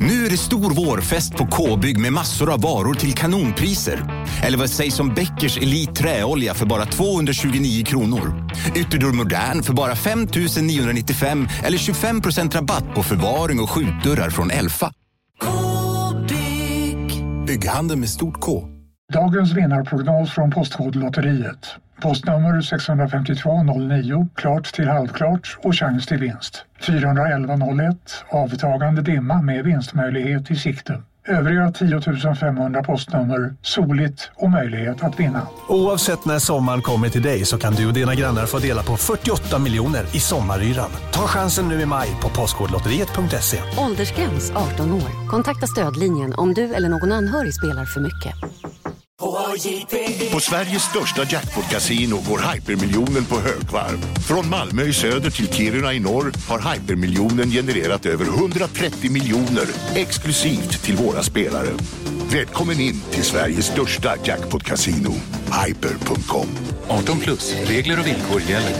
Nu är det stor vårfest på K-bygg med massor av varor till kanonpriser. Eller vad sägs om Bäckers Elite träolja för bara 229 kronor. Ytterdörr Modern för bara 5 995 eller 25% rabatt på förvaring och skjutdörrar från Elfa. K-bygg. Bygghandel med stort K. Dagens vinnarprognos från Postkodlotteriet. Postnummer 65209, klart till halvklart och chans till vinst. 41101, avtagande dimma med vinstmöjlighet i sikte. Övriga 10 500 postnummer, soligt och möjlighet att vinna. Oavsett när sommaren kommer till dig så kan du och dina grannar få dela på 48 miljoner i sommaryran. Ta chansen nu i maj på postkodlotteriet.se. Åldersgräns 18 år. Kontakta stödlinjen om du eller någon anhörig spelar för mycket. På Sveriges största jackpot-casino går hypermiljonen på högvarv. Från Malmö i söder till Kiruna i norr har hypermiljonen genererat över 130 miljoner exklusivt till våra spelare. Välkommen in till Sveriges största jackpot-casino, hyper.com. 18+, regler och villkor gäller.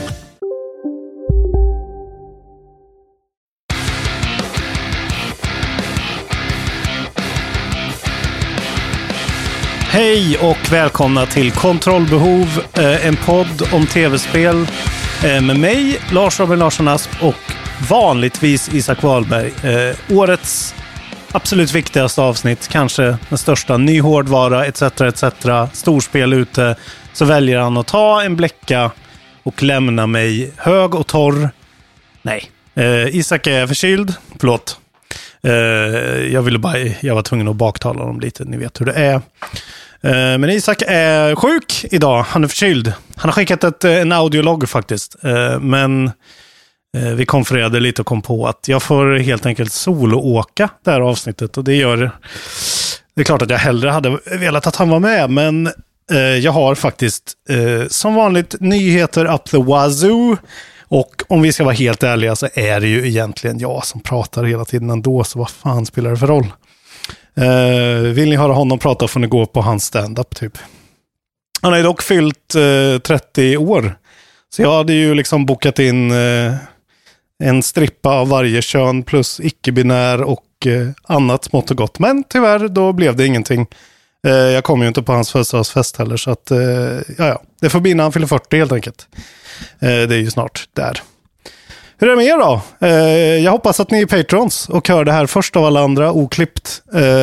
Hej och välkomna till Kontrollbehov, en podd om tv-spel med mig, Lars Robin Larsson Asp och vanligtvis Isak Wahlberg. Årets absolut viktigaste avsnitt, kanske den största, ny hårdvara etc. storspel ute, så väljer han att ta en bläcka och lämna mig hög och torr. Nej, Isak är förkyld, förlåt. Jag var tvungen att baktala dem lite, ni vet hur det är. Men Isak är sjuk idag, han är förkyld. Han har skickat en audiolog faktiskt. Men vi konfererade lite och kom på att jag får helt enkelt solo-åka det här avsnittet. Och det är klart att jag hellre hade velat att han var med. Men jag har faktiskt som vanligt nyheter up the wazoo. Och om vi ska vara helt ärliga så är det ju egentligen jag som pratar hela tiden ändå. Så vad fan spelar det för roll? Vill ni höra honom prata får ni gå på hans stand-up typ. Han har ju dock fyllt 30 år. Så jag hade ju liksom bokat in en strippa av varje kön plus icke-binär och annat smått och gott. Men tyvärr då blev det ingenting. Jag kommer ju inte på hans födelsedagsfest heller så att det får bli när han fyller 40 helt enkelt. Det är ju snart där. Hur är det med er då? Jag hoppas att ni är patrons och hör det här först av alla andra oklippt.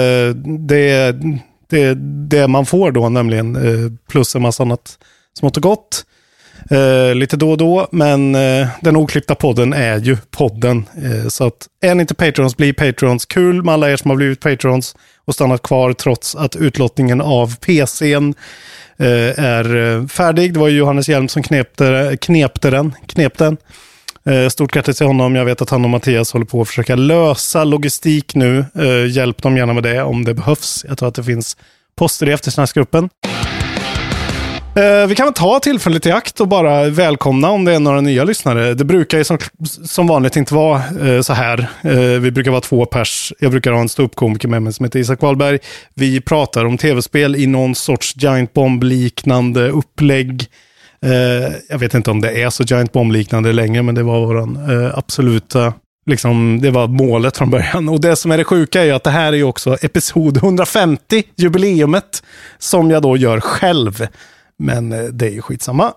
Det man får då nämligen plus en massa annat smått och gott. Lite då och då, men den oklippta podden är ju podden. Så att är ni inte patrons, bli patrons. Kul med alla er som har blivit patrons och stannat kvar trots att utlottningen av PC:n är färdig. Det var ju Johannes Hjelm som knep den. Stort grattis till honom. Jag vet att han och Mattias håller på att försöka lösa logistik nu. Hjälp dem gärna med det om det behövs. Jag tror att det finns poster i eftersnacksgruppen. Vi kan väl ta tillfället i akt och bara välkomna om det är några nya lyssnare. Det brukar ju som vanligt inte vara så här. Vi brukar vara 2 pers. Jag brukar ha en ståuppkomiker med mig som heter Isak Wahlberg. Vi pratar om tv-spel i någon sorts Giant Bomb-liknande upplägg. Jag vet inte om det är så Giant Bomb-liknande längre, men det var våran absoluta, liksom, det var målet från början. Och det som är det sjuka är ju att det här är ju också episod 150, jubileumet, som jag då gör själv. Men det är ju skitsamma.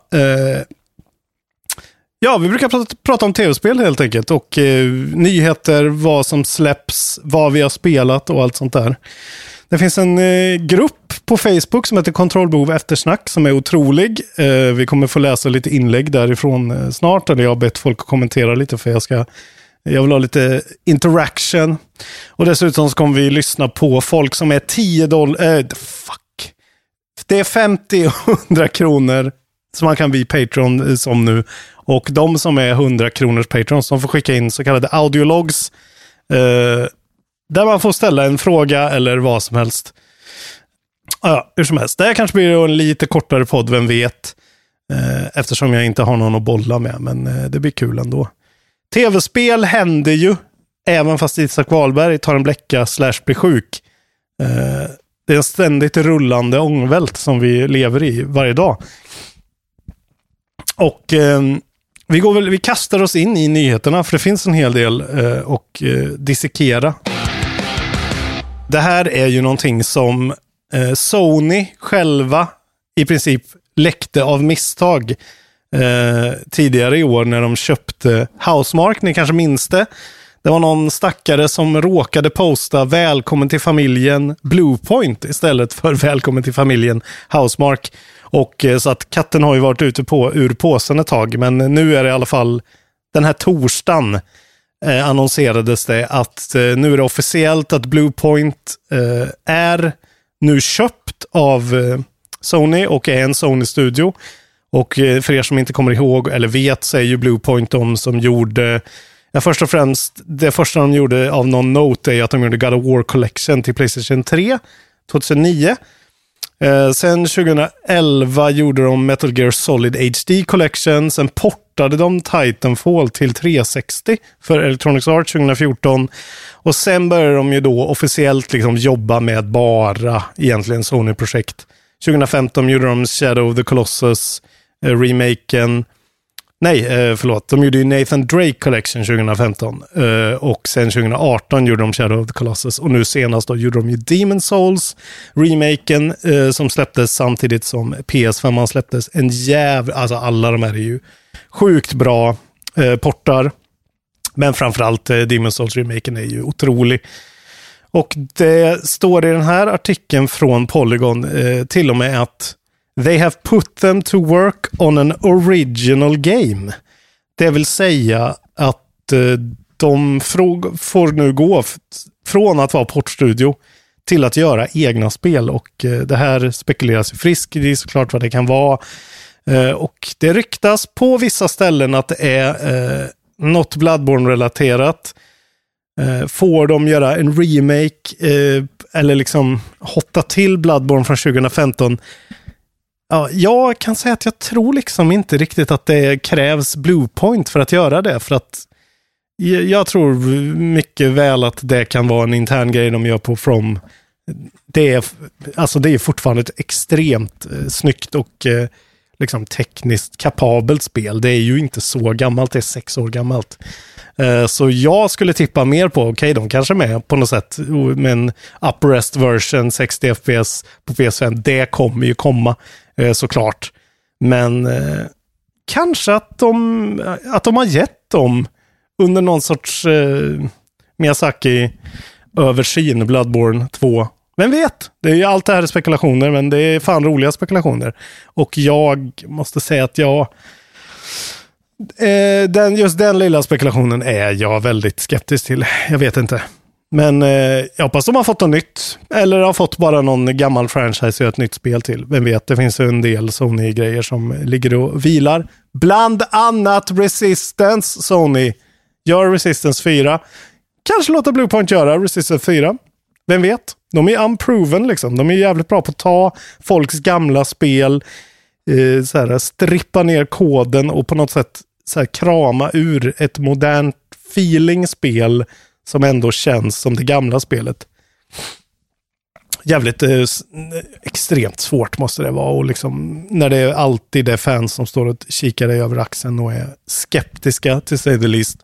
Ja, vi brukar prata om tv-spel helt enkelt. Och nyheter, vad som släpps, vad vi har spelat och allt sånt där. Det finns en grupp på Facebook som heter Kontrollbehov eftersnack som är otrolig. Vi kommer få läsa lite inlägg därifrån snart. Eller jag har bett folk att kommentera lite för jag vill ha lite interaction. Och dessutom så kommer vi lyssna på folk som är $10. Det är 50 och 100 kronor som man kan bli Patreon som nu. Och de som är 100 kronors Patrons som får skicka in så kallade audiologs. Där man får ställa en fråga eller vad som helst. Ja, hur som helst. Det här kanske blir en lite kortare podd, vem vet. Eftersom jag inte har någon att bolla med. Men det blir kul ändå. Tv-spel händer ju. Även fast Isak Wahlberg tar en bläcka / blir sjuk. Det är en ständigt rullande ångvält som vi lever i varje dag. Och vi kastar oss in i nyheterna för det finns en hel del och dissekera. Det här är ju någonting som Sony själva i princip läckte av misstag tidigare i år när de köpte Housemarque. Ni kanske minns det. Det var någon stackare som råkade posta välkommen till familjen Bluepoint istället för välkommen till familjen Housemarque. Och så att katten har ju varit ute ur påsen ett tag, men nu är det i alla fall den här torsdagen annonserades det att nu är det officiellt att Bluepoint är nu köpt av Sony och är en Sony-studio. Och för er som inte kommer ihåg eller vet så är ju Bluepoint de som gjorde, först och främst, det första de gjorde av någon note är att de gjorde God of War Collection till PlayStation 3 2009. Sen 2011 gjorde de Metal Gear Solid HD Collection. Sen portade de Titanfall till 360 för Electronic Arts 2014. Och sen började de ju då officiellt liksom jobba med bara egentligen Sony-projekt. 2015 gjorde de Shadow of the Colossus remaken. De gjorde ju Nathan Drake Collection 2015 och sen 2018 gjorde de Shadow of the Colossus och nu senast då gjorde de ju Demon Souls remaken som släpptes samtidigt som PS5 släpptes. Alltså alla de här är ju sjukt bra portar, men framförallt Demon Souls remaken är ju otrolig. Och det står i den här artikeln från Polygon till och med att they have put them to work on an original game. Det vill säga att de får nu gå från att vara portstudio till att göra egna spel. Och det här spekuleras i friskt, det är såklart vad det kan vara. Och det ryktas på vissa ställen att det är något Bloodborne-relaterat. Får de göra en remake eller liksom hotta till Bloodborne från 2015? Ja, jag kan säga att jag tror liksom inte riktigt att det krävs Bluepoint för att göra det. För att jag tror mycket väl att det kan vara en intern grej de gör på From. Det är fortfarande ett extremt snyggt och liksom tekniskt kapabelt spel. Det är ju inte så gammalt, det är 6 år gammalt. Så jag skulle tippa mer på, de kanske är med på något sätt med en upper-rest version 60 FPS på PS5. Det kommer ju komma såklart. Men kanske att de har gett dem under någon sorts Miyazaki-översyn Bloodborne 2. Vem vet? Det är ju allt det här spekulationer, men det är fan roliga spekulationer. Och jag måste säga att just den lilla spekulationen är jag väldigt skeptisk till. Jag vet inte. Men jag hoppas de har fått något nytt. Eller har fått bara någon gammal franchise och ett nytt spel till. Vem vet, det finns en del Sony-grejer som ligger och vilar. Bland annat Resistance. Sony gör Resistance 4. Kanske låta Bluepoint göra Resistance 4. Vem vet? De är unproven liksom. De är jävligt bra på att ta folks gamla spel, så här, strippa ner koden och på något sätt så här, krama ur ett modernt feeling-spel som ändå känns som det gamla spelet. Jävligt extremt svårt måste det vara, och liksom när det är alltid det fans som står och kikar dig över axeln och är skeptiska till say the least.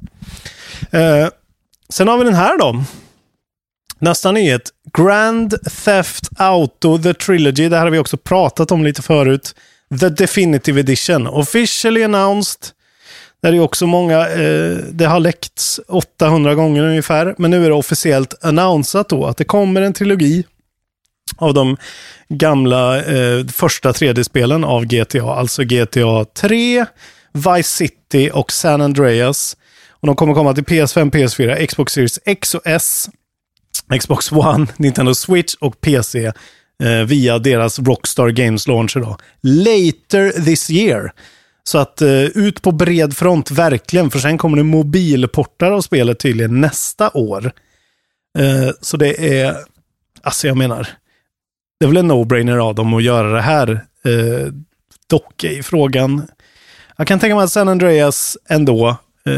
Sen har vi den här då. Nästa nyhet. Grand Theft Auto The Trilogy. Det här har vi också pratat om lite förut. The Definitive Edition. Officially announced. Det är ju också många, det har läckts 800 gånger ungefär. Men nu är det officiellt annonsat då att det kommer en trilogi av de gamla första 3D-spelen av GTA. Alltså GTA 3, Vice City och San Andreas. Och de kommer komma till PS5, PS4, Xbox Series X och S, Xbox One, Nintendo Switch och PC via deras Rockstar Games launcher då. Later this year. Så att ut på bred front verkligen, för sen kommer det mobilportar av spelet tydligen nästa år. Så det är, alltså jag menar, det är väl en no-brainer av dem att göra det här. Dock i frågan, jag kan tänka mig att San Andreas ändå,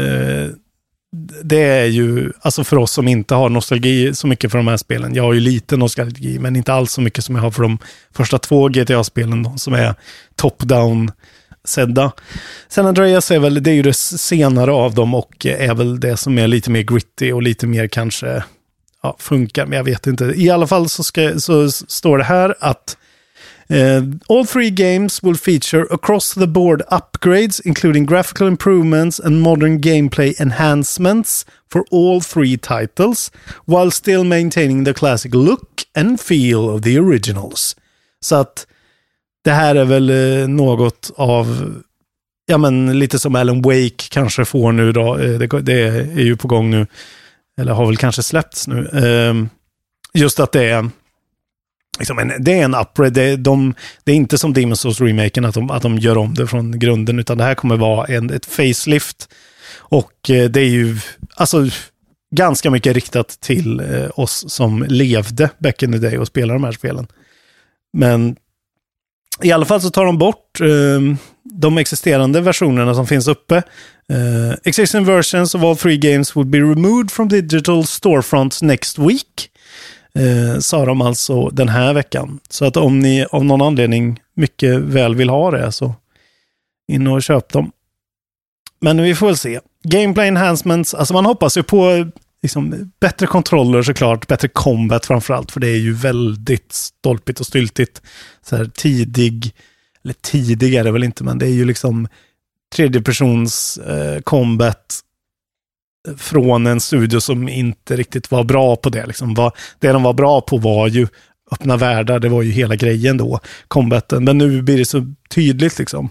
det är ju, alltså för oss som inte har nostalgi så mycket för de här spelen. Jag har ju lite nostalgi, men inte alls så mycket som jag har för de första 2 GTA-spelen då, som är top-down sedda. San Andreas är väl, det är ju det senare av dem och är väl det som är lite mer gritty och lite mer kanske, funkar, men jag vet inte. I alla fall så står det här att all 3 games will feature across the board upgrades including graphical improvements and modern gameplay enhancements for all 3 titles while still maintaining the classic look and feel of the originals. Så att det här är väl något av lite som Alan Wake kanske får nu då. Det är ju på gång nu, eller har väl kanske släppts nu. Just att det är liksom det är en upgrade. Det är inte som Demon's Souls remaken att de gör om det från grunden, utan det här kommer vara ett facelift, och det är ju alltså ganska mycket riktat till oss som levde back in the day och spelade de här spelen. Men i alla fall så tar de bort de existerande versionerna som finns uppe. Existing versions of all 3 games will be removed from digital storefronts next week. Sa de alltså den här veckan. Så att om ni av någon anledning mycket väl vill ha det, så in och köp dem. Men vi får väl se. Gameplay enhancements, alltså man hoppas ju på liksom bättre kontroller såklart, bättre combat framförallt, för det är ju väldigt stolpigt och styltigt. Så här tidig är det väl inte, men det är ju liksom tredjepersons combat från en studio som inte riktigt var bra på det. Liksom. Det de var bra på var ju öppna världar, det var ju hela grejen då, combaten. Men nu blir det så tydligt liksom.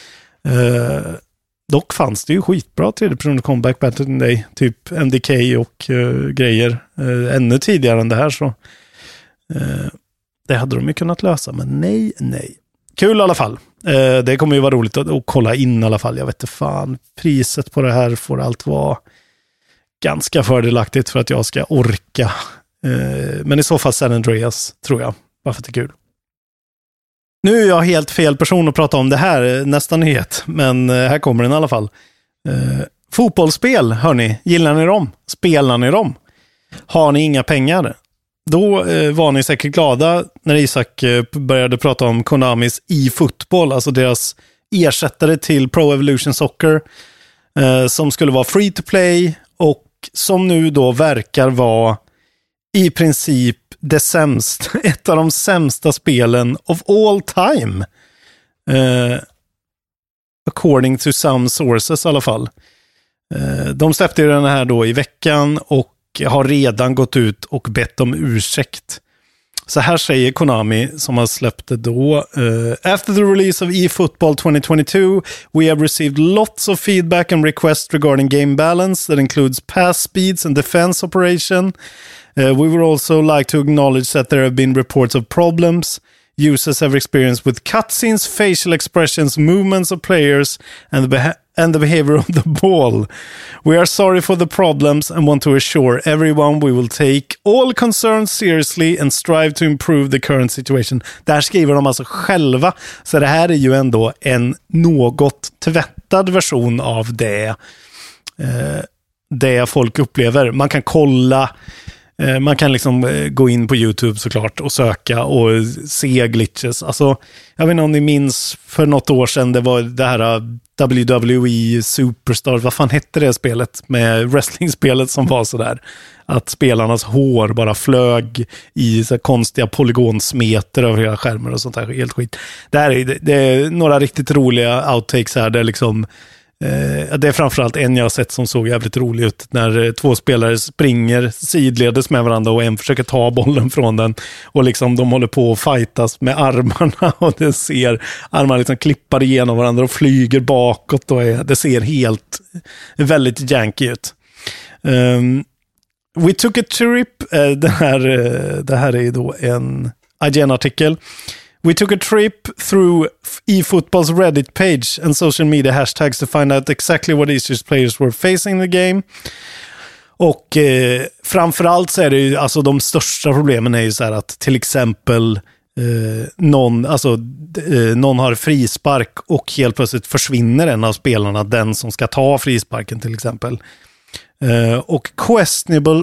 Dock fanns det ju skitbra tredjepersons combat back in the day, typ MDK och grejer. Ännu tidigare än det här, så det hade de ju kunnat lösa, men nej. Kul i alla fall. Det kommer ju vara roligt att kolla in i alla fall. Jag vet inte fan, priset på det här får allt vara ganska fördelaktigt för att jag ska orka. Men i så fall San Andreas, tror jag. Bara för att det är kul. Nu är jag helt fel person att prata om det här, nästan nyhet. Men här kommer den i alla fall. Fotbollsspel, hörni. Gillar ni dem? Spelar ni dem? Har ni inga pengar? Då var ni säkert glada när Isak började prata om Konamis eFootball, alltså deras ersättare till Pro Evolution Soccer, som skulle vara free to play och som nu då verkar vara i princip ett av de sämsta spelen of all time. According to some sources i alla fall. De släppte den här då i veckan och har redan gått ut och bett om ursäkt. Så här säger Konami, som har släppt det då. After the release of eFootball 2022, we have received lots of feedback and requests regarding game balance that includes pass speeds and defense operation. We would also like to acknowledge that there have been reports of problems users have experienced with cutscenes, facial expressions, movements of players, and the behavior of the ball. We are sorry for the problems and want to assure everyone we will take all concerns seriously and strive to improve the current situation. Där skriver de alltså själva, så det här är ju ändå en något tvättad version av det folk upplever. Man kan kolla, man kan liksom gå in på YouTube såklart och söka och se glitches. Alltså, jag vet inte om ni minns för något år sedan, det var det här WWE Superstar, vad fan hette det spelet med wrestlingspelet som var så där att spelarnas hår bara flög i så konstiga polygonsmeter över hela skärmen och sånt där, helt skit. Det är några riktigt roliga outtakes här där liksom det är framförallt en jag har sett som såg jävligt rolig ut när 2 spelare springer sidledes med varandra och en försöker ta bollen från den och liksom de håller på att fightas med armarna och det ser armarna liksom klippar igenom varandra och flyger bakåt och det ser helt väldigt janky ut. We took a trip, det här är då en IGN-artikel. We took a trip through eFootball's Reddit page and social media hashtags to find out exactly what issues players were facing in the game. Och framförallt så är det ju, alltså de största problemen är ju så här att till exempel någon har frispark och helt plötsligt försvinner en av spelarna, den som ska ta frisparken till exempel. Och questionable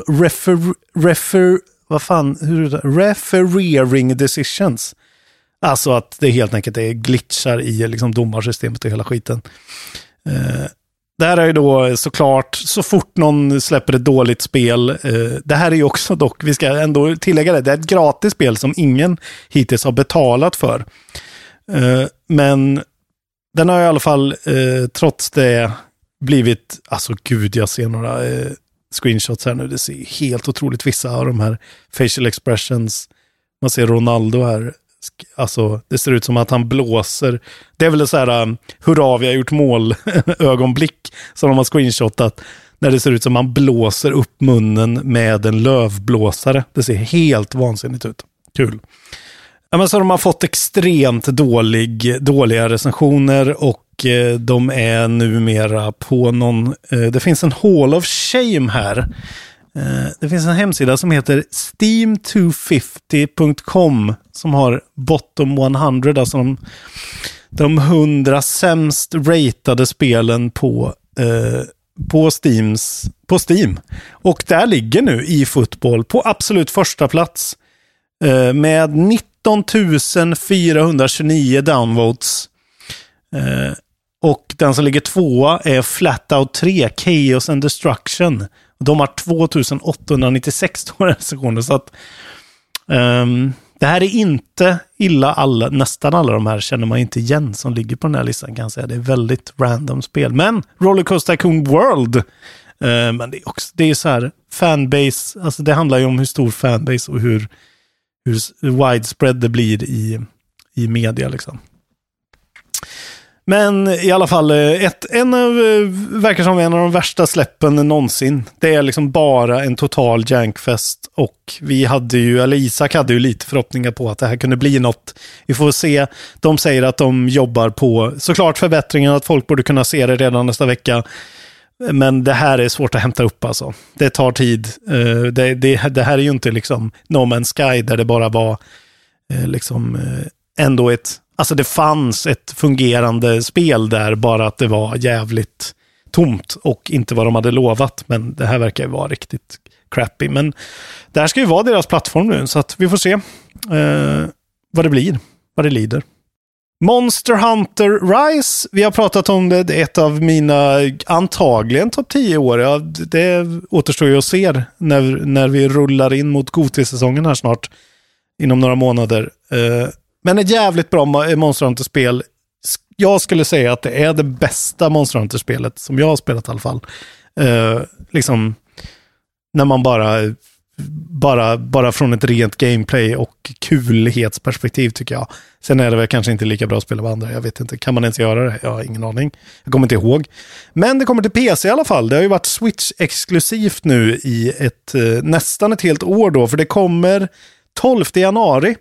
refereeing decisions. Alltså att det helt enkelt är glitchar i liksom domarsystemet och hela skiten. det här är ju då såklart så fort någon släpper ett dåligt spel. Det här är ju också dock, vi ska ändå tillägga det är ett gratis spel som ingen hittills har betalat för. Men den har i alla fall trots det blivit, alltså gud, jag ser några screenshots här nu, det ser helt otroligt, vissa av de här facial expressions, man ser Ronaldo här, alltså det ser ut som att han blåser, det är väl så här hurra vi har gjort mål ögonblick som de har screenshotat, när det ser ut som man blåser upp munnen med en lövblåsare, det ser helt vansinnigt ut, kul. Ja, men så de har fått extremt dåliga recensioner och de är numera på någon, det finns en Hall of Shame här. Det finns en hemsida som heter steam250.com som har bottom 100, alltså de 100 sämst ratade spelen på Steam. Och där ligger nu eFootball på absolut första plats med 19 429 downvotes. Och den som ligger tvåa är Flatout 3, Chaos and Destruction. De har 2896 recensioner, så att det här är inte illa, nästan alla de här känner man inte igen som ligger på den här listan, kan jag säga. Det är väldigt random spel. Men Rollercoaster Tycoon World, men det är så här fanbase, alltså det handlar ju om hur stor fanbase och hur widespread det blir i media liksom. Men i alla fall, verkar som en av de värsta släppen någonsin. Det är liksom bara en total jankfest, och Isak hade ju lite förhoppningar på att det här kunde bli något. Vi får se. De säger att de jobbar på såklart förbättringar, att folk borde kunna se det redan nästa vecka. Men det här är svårt att hämta upp alltså. Det tar tid. Det här är ju inte liksom No Man's Sky där det bara var ändå alltså det fanns ett fungerande spel där, bara att det var jävligt tomt och inte vad de hade lovat. Men det här verkar ju vara riktigt crappy. Men det här ska ju vara deras plattform nu, så att vi får se vad det blir, vad det lider. Monster Hunter Rise, vi har pratat om det, det är ett av mina antagligen topp 10 år. Ja, det återstår ju att se när vi rullar in mot GOTY-säsongen här snart, inom några månader. Men ett jävligt bra Monster Hunter-spel. Jag skulle säga att det är det bästa Monster Hunter-spelet som jag har spelat i alla fall. Liksom när man bara från ett rent gameplay och kulhetsperspektiv tycker jag. Sen är det väl kanske inte lika bra att spela med andra. Jag vet inte, kan man ens göra det? Jag har ingen aning. Jag kommer inte ihåg. Men det kommer till PC i alla fall. Det har ju varit Switch-exklusivt nu i nästan ett helt år då. För det kommer 12 januari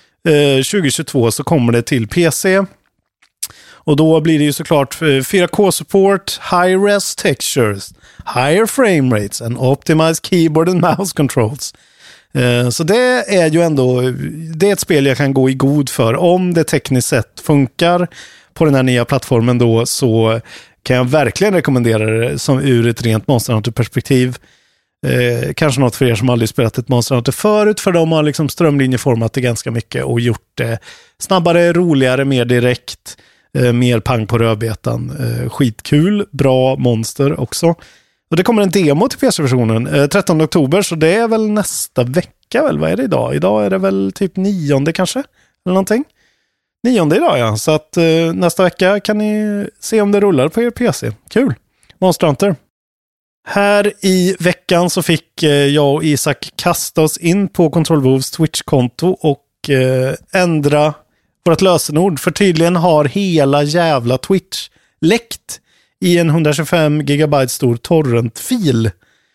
2022 så kommer det till PC. Och då blir det ju såklart 4K-support, high-res textures, higher frame rates and optimized keyboard and mouse controls. Så det är ju ändå, det är ett spel jag kan gå i god för. Om det tekniskt sett funkar på den här nya plattformen då, så kan jag verkligen rekommendera det som ur ett rent Monster Hunter-perspektiv. Kanske något för er som aldrig spelat ett Monster Hunter förut, för de har liksom strömlinjeformat det ganska mycket och gjort det snabbare, roligare, mer direkt, mer pang på rödbetan. Skitkul, bra monster också. Och det kommer en demo till PC-versionen 13 oktober, så det är väl nästa vecka väl? Vad är det idag? Idag är det väl typ 9 kanske? Eller någonting? 9 idag, ja. Så att nästa vecka kan ni se om det rullar på er PC. Kul! Monster Hunter. Här i veckan så fick jag och Isak kasta oss in på Control Wolves Twitch-konto och ändra vårt lösenord. För tydligen har hela jävla Twitch läckt i en 125 GB stor torrentfil.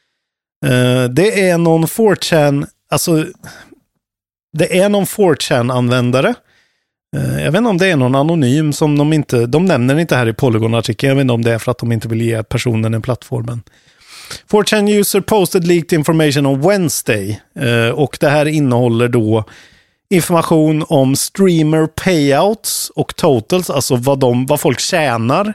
Det är någon 4chan, alltså det är någon 4chan-användare. Jag vet inte om det är någon anonym som de nämner inte här i Polygon-artikeln. Jag vet inte om det är för att de inte vill ge personen en plattformen. 4chan user posted leaked information on Wednesday. Och det här innehåller då information om streamer payouts och totals, alltså vad folk tjänar.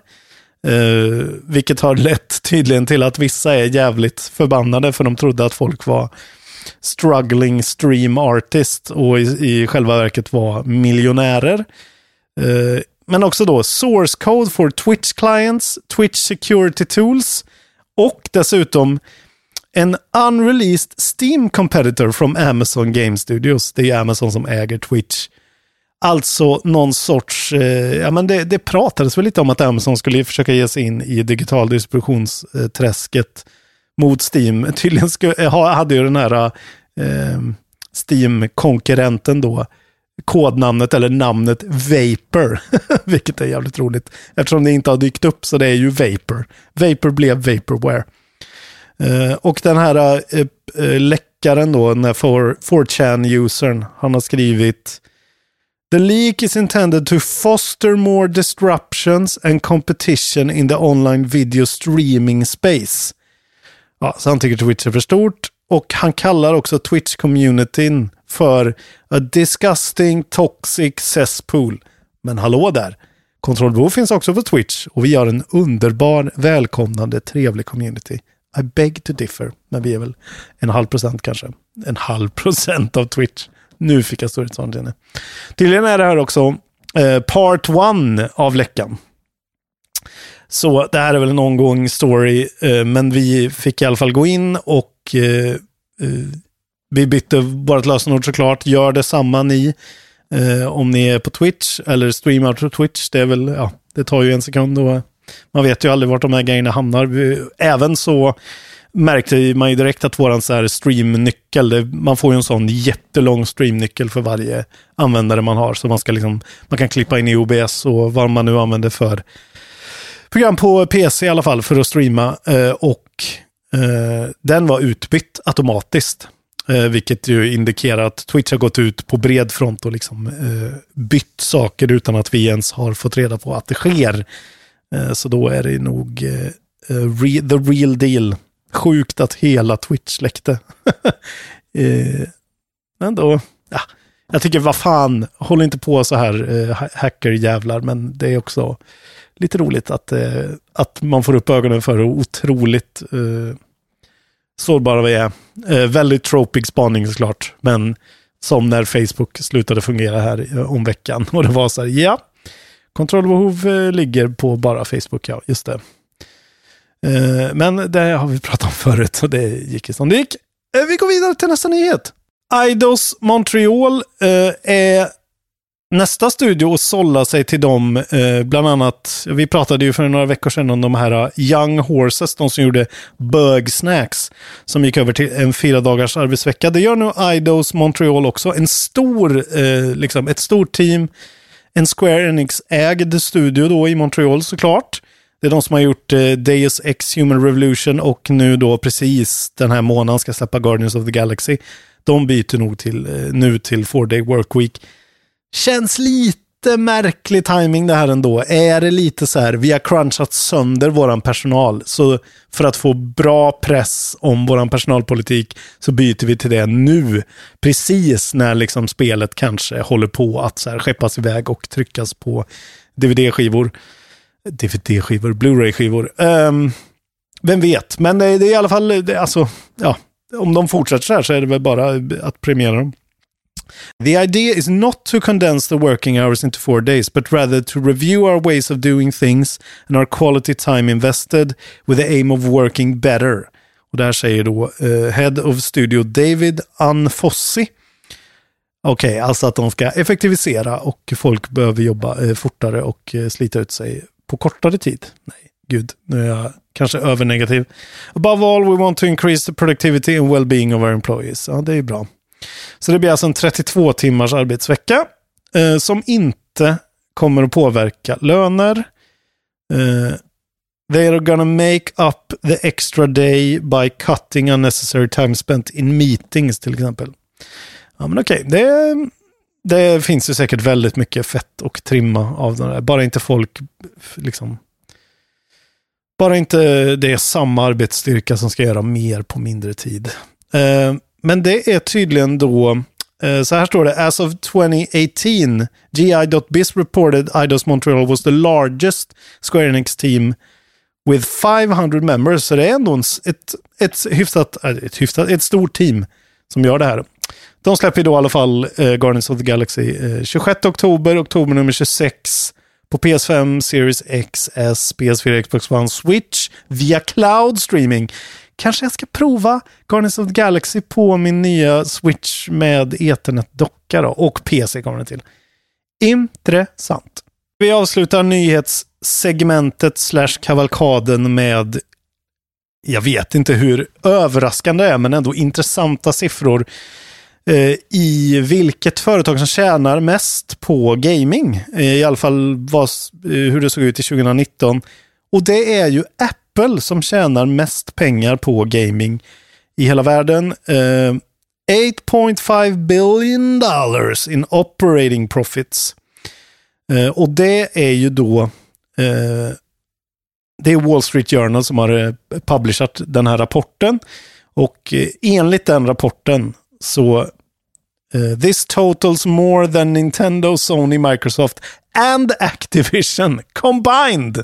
Vilket har lett tydligen till att vissa är jävligt förbannade, för de trodde att folk var struggling stream artist och i själva verket var miljonärer. Men också då source code for Twitch clients, Twitch security tools och dessutom en unreleased Steam competitor from Amazon Game Studios. Det är Amazon som äger Twitch. Alltså någon sorts, det pratades väl lite om att Amazon skulle försöka ge sig in i digital distributionsträsket mot Steam. Tydligen hade ju den här Steam-konkurrenten då kodnamnet eller namnet Vapor, vilket är jävligt roligt. Eftersom det inte har dykt upp så det är ju Vapor. Vapor blev Vaporware. Och den här läckaren då, den här 4chan-usern, han har skrivit: The leak is intended to foster more disruptions and competition in the online video streaming space. Ja, så han tycker Twitch är för stort. Och han kallar också Twitch-communityn för a disgusting toxic cesspool. Men hallå där. Kontrollbehov finns också på Twitch. Och vi har en underbar, välkomnande, trevlig community. I beg to differ. Men vi är väl 0,5% kanske. 0,5% av Twitch. Nu fick jag storhetsvansinne. Tydligen är det här också part 1 av läckan. Så det här är väl en ongoing story, men vi fick i alla fall gå in och vi bytte bara ett lösenord såklart. Gör detsamma ni om ni är på Twitch eller streamar på Twitch. Det är väl, det tar ju en sekund och man vet ju aldrig vart de här grejerna hamnar. Även så märkte man ju direkt att våran så här streamnyckel, man får ju en sån jättelång streamnyckel för varje användare man har, så man ska liksom, man kan klippa in i OBS och vad man nu använder för program på PC i alla fall för att streama, och den var utbytt automatiskt, vilket ju indikerar att Twitch har gått ut på bred front och liksom bytt saker utan att vi ens har fått reda på att det sker. Så då är det nog the real deal. Sjukt att hela Twitch läckte. Men då, jag tycker, vad fan, håll inte på så här hackerjävlar, men det är också lite roligt att man får upp ögonen för hur otroligt sårbara vi är. Väldigt tropic spaning såklart, men som när Facebook slutade fungera här om veckan och det var så här, kontrollbehov ligger på bara Facebook, just det. Men det har vi pratat om förut och det gick ju som det gick. Vi går vidare till nästa nyhet. Eidos Montreal är nästa studio och sålla sig till dem, bland annat, vi pratade ju för några veckor sedan om de här Young Horses, de som gjorde Bugsnax, som gick över till en 4-dagars arbetsvecka. Det gör nu Eidos Montreal också, en stor, ett stort team, en Square Enix-ägd studio då i Montreal såklart. Det är de som har gjort Deus Ex Human Revolution och nu då precis den här månaden ska släppa Guardians of the Galaxy. De byter nog nu till 4-day work week. Känns lite märklig timing det här ändå. Är det lite så här, vi har crunchat sönder våran personal, så för att få bra press om våran personalpolitik så byter vi till det nu. Precis när liksom spelet kanske håller på att så här skeppas iväg och tryckas på DVD-skivor, Blu-ray-skivor. Vem vet, men det är i alla fall, om de fortsätter så här så är det väl bara att premiera dem. The idea is not to condense the working hours into 4 days, but rather to review our ways of doing things and our quality time invested with the aim of working better. Och där säger då Head of Studio David Anfossi. Okej, alltså att de ska effektivisera och folk behöver jobba fortare och slita ut sig på kortare tid. Nej, gud, nu är jag kanske övernegativ. Above all, we want to increase the productivity and well-being of our employees. Ja, det är bra. Så det blir alltså en 32 timmars arbetsvecka som inte kommer att påverka löner. They are gonna make up the extra day by cutting unnecessary time spent in meetings till exempel. Ja, men okej. Det finns ju säkert väldigt mycket fett och trimma av det där. Bara inte folk liksom, bara inte det är samma arbetsstyrka som ska göra mer på mindre tid. Men det är tydligen då, så här står det: as of 2018, GI.biz reported Eidos Montreal was the largest Square Enix team with 500 members. Så det är ändå ett stort team som gör det här. De släpper då i alla fall Guardians of the Galaxy 26 oktober nummer 26 på PS5, Series X, S, PS4, Xbox One, Switch via cloud streaming. Kanske jag ska prova Guardians of the Galaxy på min nya Switch med Ethernet-docka då, och PC kommer det till. Intressant. Vi avslutar nyhetssegmentet / kavalkaden med, jag vet inte hur överraskande det är, men ändå intressanta siffror i vilket företag som tjänar mest på gaming. I alla fall hur det såg ut i 2019. Och det är ju Apple som tjänar mest pengar på gaming i hela världen. $8.5 billion in operating profits. Och det är ju då det är Wall Street Journal som har publicerat den här rapporten. Och enligt den rapporten så this totals more than Nintendo, Sony, Microsoft and Activision combined.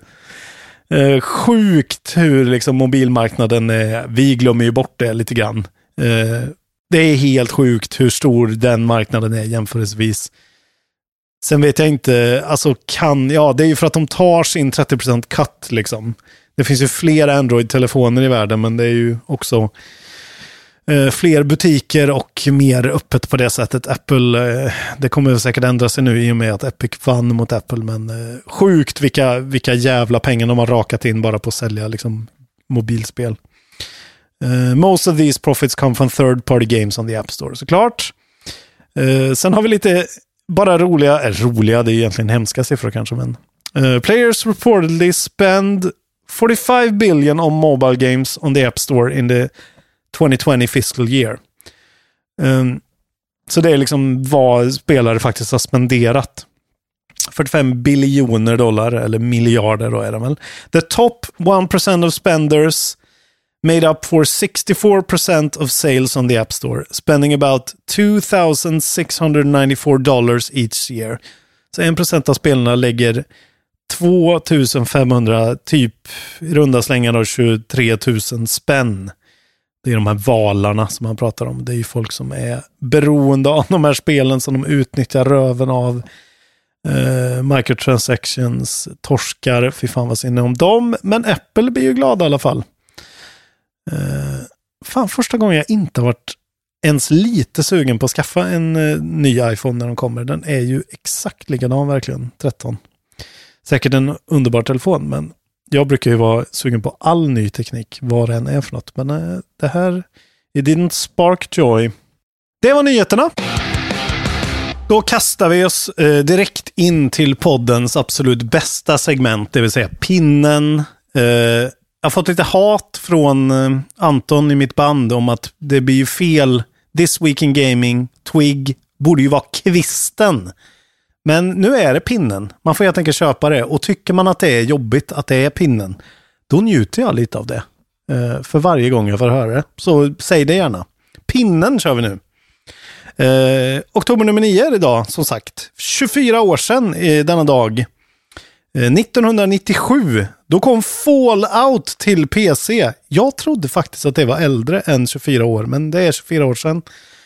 Sjukt hur liksom mobilmarknaden är. Vi glömmer ju bort det lite grann. Det är helt sjukt hur stor den marknaden är jämförelsevis. Sen vet jag inte, alltså det är ju för att de tar sin 30% cut liksom. Det finns ju fler Android-telefoner i världen, men det är ju också fler butiker och mer öppet på det sättet. Apple, det kommer säkert ändra sig nu i och med att Epic vann mot Apple, men sjukt vilka jävla pengar de har rakat in bara på att sälja liksom mobilspel. Most of these profits come from third-party games on the App Store, såklart. Sen har vi lite bara roliga, det är egentligen hemska siffror kanske, men players reportedly spend 45 billion on mobile games on the App Store in the 2020 fiscal year. Så det är liksom vad spelare faktiskt har spenderat. 45 biljoner dollar, eller miljarder då är det väl. The top 1% of spenders made up for 64% of sales on the App Store, spending about $2,694 each year. Så 1% av spelarna lägger 2,500 typ i runda slängar av 23 000 spänn. Det är de här valarna som man pratar om. Det är ju folk som är beroende av de här spelen som de utnyttjar röven av. Microtransactions, torskar, fy fan vad sinne om dem. Men Apple blir ju glada i alla fall. Första gången jag inte har varit ens lite sugen på att skaffa en ny iPhone när de kommer. Den är ju exakt likadan verkligen, 13. Säkert en underbar telefon, men jag brukar ju vara sugen på all ny teknik, vad den är för något. Men det här, it didn't spark joy. Det var nyheterna. Då kastar vi oss direkt in till poddens absolut bästa segment, det vill säga pinnen. Jag har fått lite hat från Anton i mitt band om att det blir ju fel. This Week in Gaming, Twig, borde ju vara kvisten. Men nu är det pinnen. Man får helt enkelt köpa det. Och tycker man att det är jobbigt att det är pinnen, då njuter jag lite av det. För varje gång jag får höra det. Så säg det gärna. Pinnen kör vi nu. Oktober nummer 9 är idag, som sagt. 24 år sedan i denna dag. 1997, då kom Fallout till PC. Jag trodde faktiskt att det var äldre än 24 år, men det är 24 år sedan.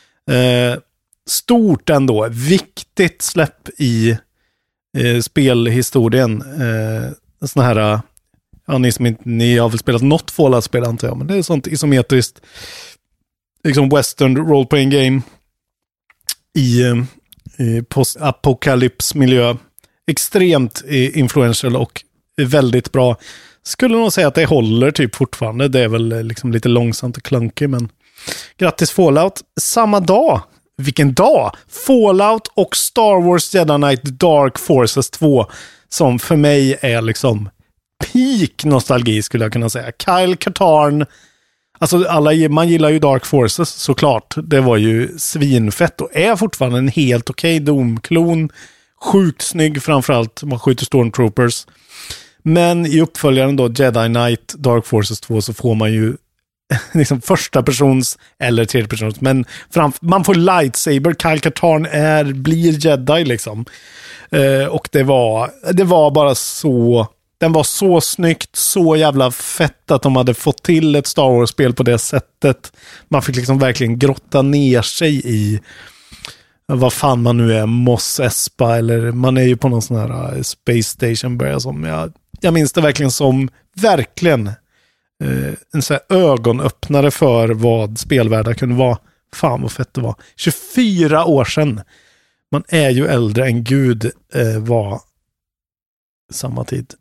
Stort ändå, viktigt släpp i spelhistorien. Såna här, ni har väl spelat något Fallout-spel antar jag, men det är sånt isometriskt liksom western role-playing game i post-apokalypsmiljö. Extremt influential och väldigt bra. Skulle nog säga att det håller typ fortfarande. Det är väl liksom lite långsamt och clunky, men grattis Fallout. Samma dag, vilken dag? Fallout och Star Wars Jedi Knight Dark Forces 2 som för mig är liksom peak nostalgi skulle jag kunna säga. Kyle Katarn, alltså man gillar ju Dark Forces såklart. Det var ju svinfett och är fortfarande en helt okej Doom-klon. Sjukt snygg framförallt, man skjuter Stormtroopers. Men i uppföljaren då Jedi Knight Dark Forces 2 så får man ju liksom första persons eller tredje persons, men man får lightsaber. Kyle Katarn blir Jedi liksom. Och det var bara så, den var så snyggt, så jävla fett att de hade fått till ett Star Wars-spel på det sättet. Man fick liksom verkligen grotta ner sig i vad fan man nu är, Mos Espa, eller man är ju på någon sån här Space Station börjar som, jag minns det verkligen som verkligen en sån här ögonöppnare för vad spelvärldar kunde vara. Fan vad fett det var. 24 år sedan. Man är ju äldre än Gud var samma tid.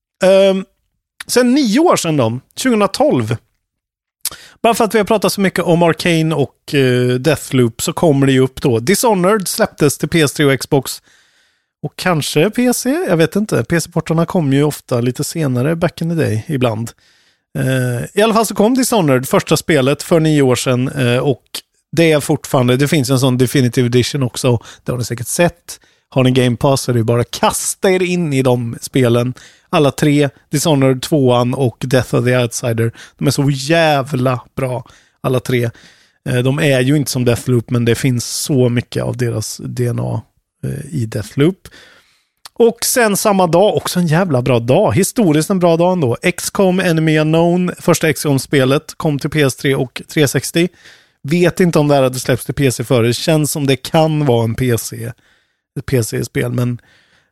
Sen 9 år sedan då, 2012. Bara för att vi har pratat så mycket om Arcane och Deathloop så kommer det ju upp då. Dishonored släpptes till PS3 och Xbox. Och kanske PC, jag vet inte. PC-portarna kom ju ofta lite senare back in the day ibland. I alla fall så kom Dishonored, första spelet för 9 år sedan. Och det är fortfarande, det finns en sån Definitive Edition också. Det har ni säkert sett. Har ni Game Pass så är det bara kasta er in i de spelen. Alla 3, Dishonored 2an och Death of the Outsider. De är så jävla bra, alla 3. De är ju inte som Deathloop, men det finns så mycket av deras DNA i Deathloop. Och sen samma dag, också en jävla bra dag. Historiskt en bra dag ändå. XCOM Enemy Unknown, första XCOM-spelet, kom till PS3 och 360. Vet inte om det här hade släppts till PC före. Det känns som det kan vara ett PC-spel, men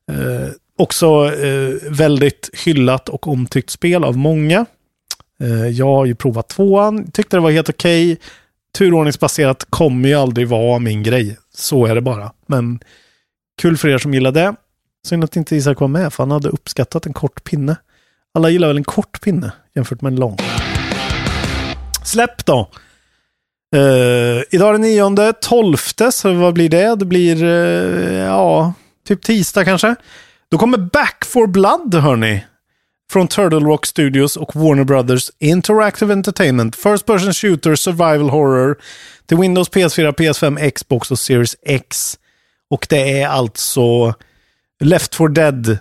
också väldigt hyllat och omtyckt spel av många. Jag har ju provat 2an, tyckte det var helt okej. Turordningsbaserat kommer ju aldrig vara min grej. Så är det bara. Men kul för er som gillar det. Synd att inte Isak var med, för han hade uppskattat en kort pinne. Alla gillar väl en kort pinne jämfört med en lång. Släpp då! Idag är det 9:e, 12:e, så vad blir det? Det blir typ tisdag kanske. Då kommer Back 4 Blood, hörni, från Turtle Rock Studios och Warner Brothers Interactive Entertainment. First person shooter survival horror till Windows, PS4, PS5, Xbox och Series X. Och det är alltså Left 4 Dead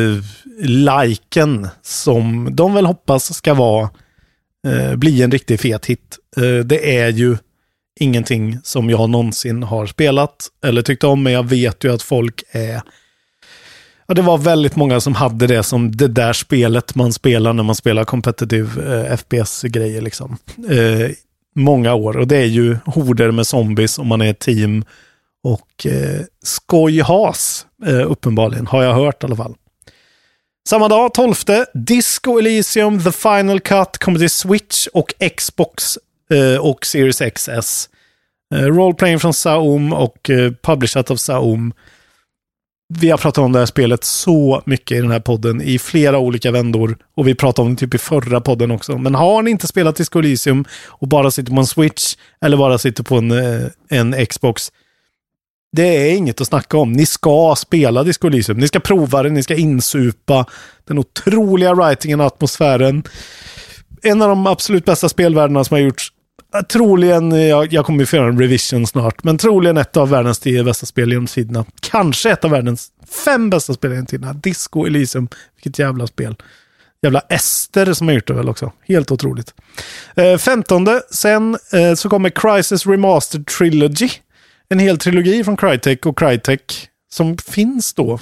liken som de väl hoppas ska vara bli en riktig fet hit. Det är ju ingenting som jag någonsin har spelat eller tyckt om, men jag vet ju att folk är... Ja, det var väldigt många som hade det som det där spelet man spelar när man spelar competitive FPS-grejer liksom. Många år, och det är ju horder med zombies om man är ett team och skojhas uppenbarligen, har jag hört i alla fall. Samma dag, 12:e, Disco Elysium The Final Cut kommer till Switch och Xbox och Series XS. Roleplaying från Saum och publishat av Saum. Vi har pratat om det här spelet så mycket i den här podden i flera olika vändor, och vi pratade om det typ i förra podden också. Men har ni inte spelat Disco Elysium och bara sitter på en Switch eller bara sitter på en Xbox, det är inget att snacka om. Ni ska spela Disco Elysium. Ni ska prova det, ni ska insupa den otroliga writingen och atmosfären. En av de absolut bästa spelvärldarna som har gjorts. Troligen, jag kommer ju få en revision snart, men troligen ett av världens 10 bästa spel genom tiderna. Kanske ett av världens 5 bästa spel genom tiderna. Disco Elysium, vilket jävla spel. Jävla Ester som har gjort det väl också. Helt otroligt. 15:e, sen så kommer Crysis Remastered Trilogy. En hel trilogi från Crytek och Crytek som finns då.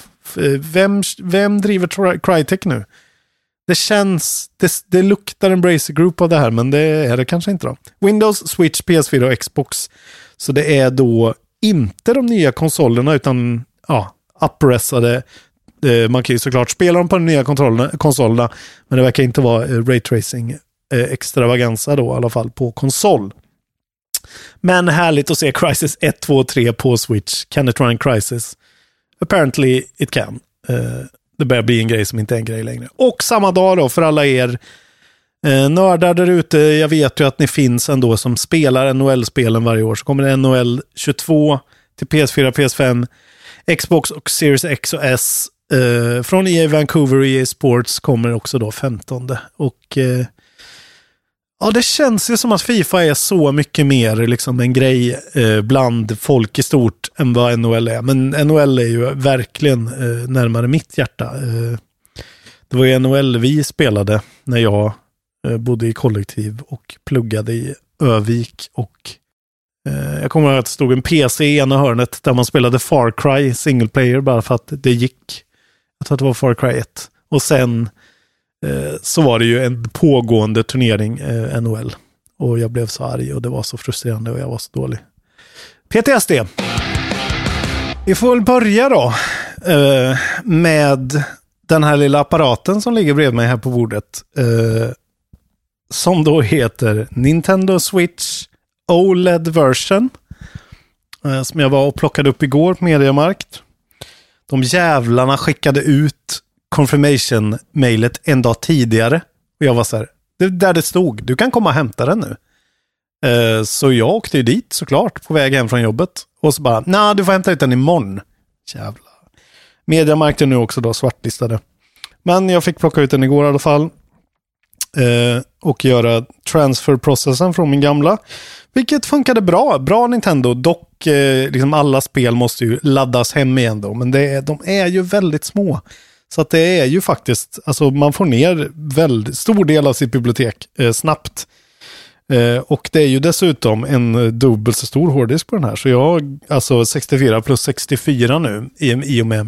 Vem driver Crytek nu? Det känns, det luktar en Embracer Group av det här, men det är det kanske inte då. Windows, Switch, PS4 och Xbox. Så det är då inte de nya konsolerna utan uppressade. Man kan ju såklart spela dem på de nya konsolerna, men det verkar inte vara raytracing extravaganza då i alla fall på konsol. Men härligt att se Crysis 1, 2 och 3 på Switch. Can it run Crysis? Apparently it can. Det börjar bli en grej som inte är en grej längre. Och samma dag då, för alla er nördar där ute, jag vet ju att ni finns ändå som spelar NHL-spelen varje år, så kommer det NHL 22 till PS4, PS5, Xbox och Series X och S. Från EA Vancouver och EA Sports kommer också då 15. Och ja, det känns ju som att FIFA är så mycket mer liksom en grej bland folk i stort än vad NHL är. Men NHL är ju verkligen närmare mitt hjärta. Det var ju NHL vi spelade när jag bodde i kollektiv och pluggade i Övik. Och jag kommer ihåg att det stod en PC i ena hörnet där man spelade Far Cry single player bara för att det gick. Jag tror att det var Far Cry 1. Och sen så var det ju en pågående turnering NHL. Och jag blev så arg och det var så frustrerande och jag var så dålig. PTSD. Vi får väl börja då med den här lilla apparaten som ligger bredvid mig här på bordet. Som då heter Nintendo Switch OLED version. Som jag var och plockade upp igår på Mediamarkt. De jävlarna skickade ut confirmation-mailet en dag tidigare. Och jag var så här, där det stod, du kan komma och hämta den nu. Så jag åkte ju dit såklart på väg hem från jobbet. Och så bara, du får hämta ut den imorgon. Jävlar. Mediamarkt är nu också då svartlistade. Men jag fick plocka ut den igår i alla fall. Och göra transferprocessen från min gamla. Vilket funkade bra. Bra Nintendo. Dock liksom alla spel måste ju laddas hem igen då. Men de är ju väldigt små. Så att det är ju faktiskt, alltså man får ner väldigt stor del av sitt bibliotek snabbt. Och det är ju dessutom en dubbelt så stor hårddisk på den här. Så jag, alltså 64 plus 64 nu i och med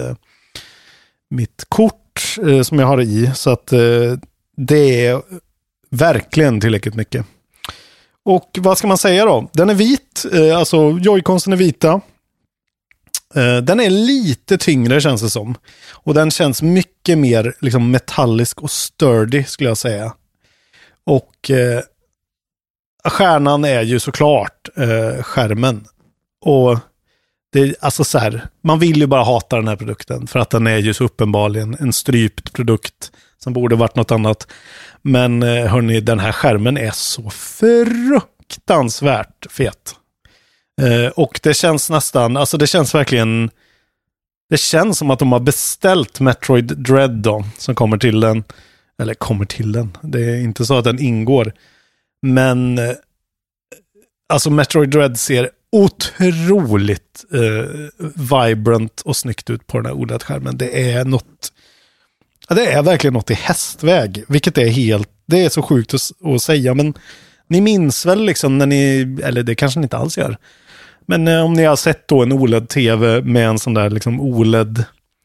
mitt kort som jag har i. Så att det är verkligen tillräckligt mycket. Och vad ska man säga då? Den är vit, alltså Joy-Consen är vita. Den är lite tyngre känns det som. Och den känns mycket mer liksom metallisk och sturdy skulle jag säga. Och stjärnan är ju såklart skärmen. Och det är alltså så här, man vill ju bara hata den här produkten för att den är ju så uppenbarligen en strypt produkt som borde varit något annat. Men hörni, den här skärmen är så fruktansvärt fet. Och det känns nästan, alltså det känns verkligen, det känns som att de har beställt Metroid Dread då, som kommer till den. Eller kommer till den, det är inte så att den ingår. Men alltså Metroid Dread ser otroligt vibrant och snyggt ut på den här OLED-skärmen. Det är något, det är verkligen något i hästväg, vilket är helt, det är så sjukt att säga, men ni minns väl liksom när ni, eller det kanske ni inte alls gör, men om ni har sett då en OLED-tv med en sån där liksom OLED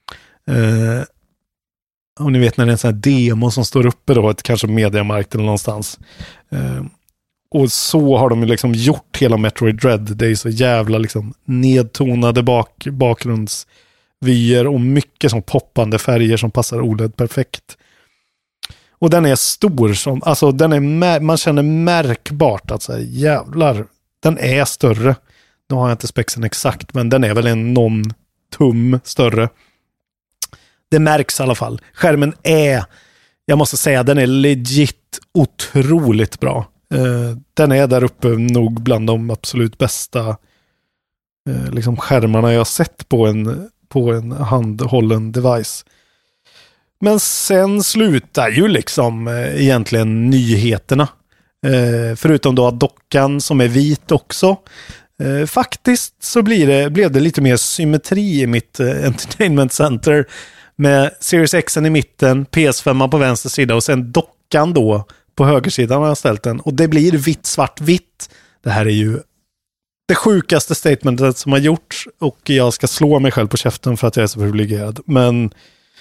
om ni vet när det är en sån här demo som står uppe då, ett kanske Mediamarkt eller någonstans. Och så har de ju liksom gjort hela Metroid Dread. Det är så jävla liksom nedtonade bakgrundsvyer och mycket som poppande färger som passar OLED perfekt. Och den är stor som, alltså den är man känner märkbart att så här, jävlar, den är större. Nu har jag inte spexen exakt, men den är väl någon tum större. Det märks i alla fall. Skärmen är, jag måste säga, den är legit otroligt bra. Den är där uppe nog bland de absolut bästa liksom skärmarna jag har sett på en handhållen device. Men sen slutar ju liksom egentligen nyheterna. Förutom då att dockan som är vit också. Faktiskt så blev det lite mer symmetri i mitt Entertainment Center med Series X:en i mitten, PS5 på vänster sida och sen dockan då på högersidan har jag ställt den. Och det blir vitt, svart, vitt. Det här är ju det sjukaste statementet som har gjorts och jag ska slå mig själv på käften för att jag är så privilegierad. Men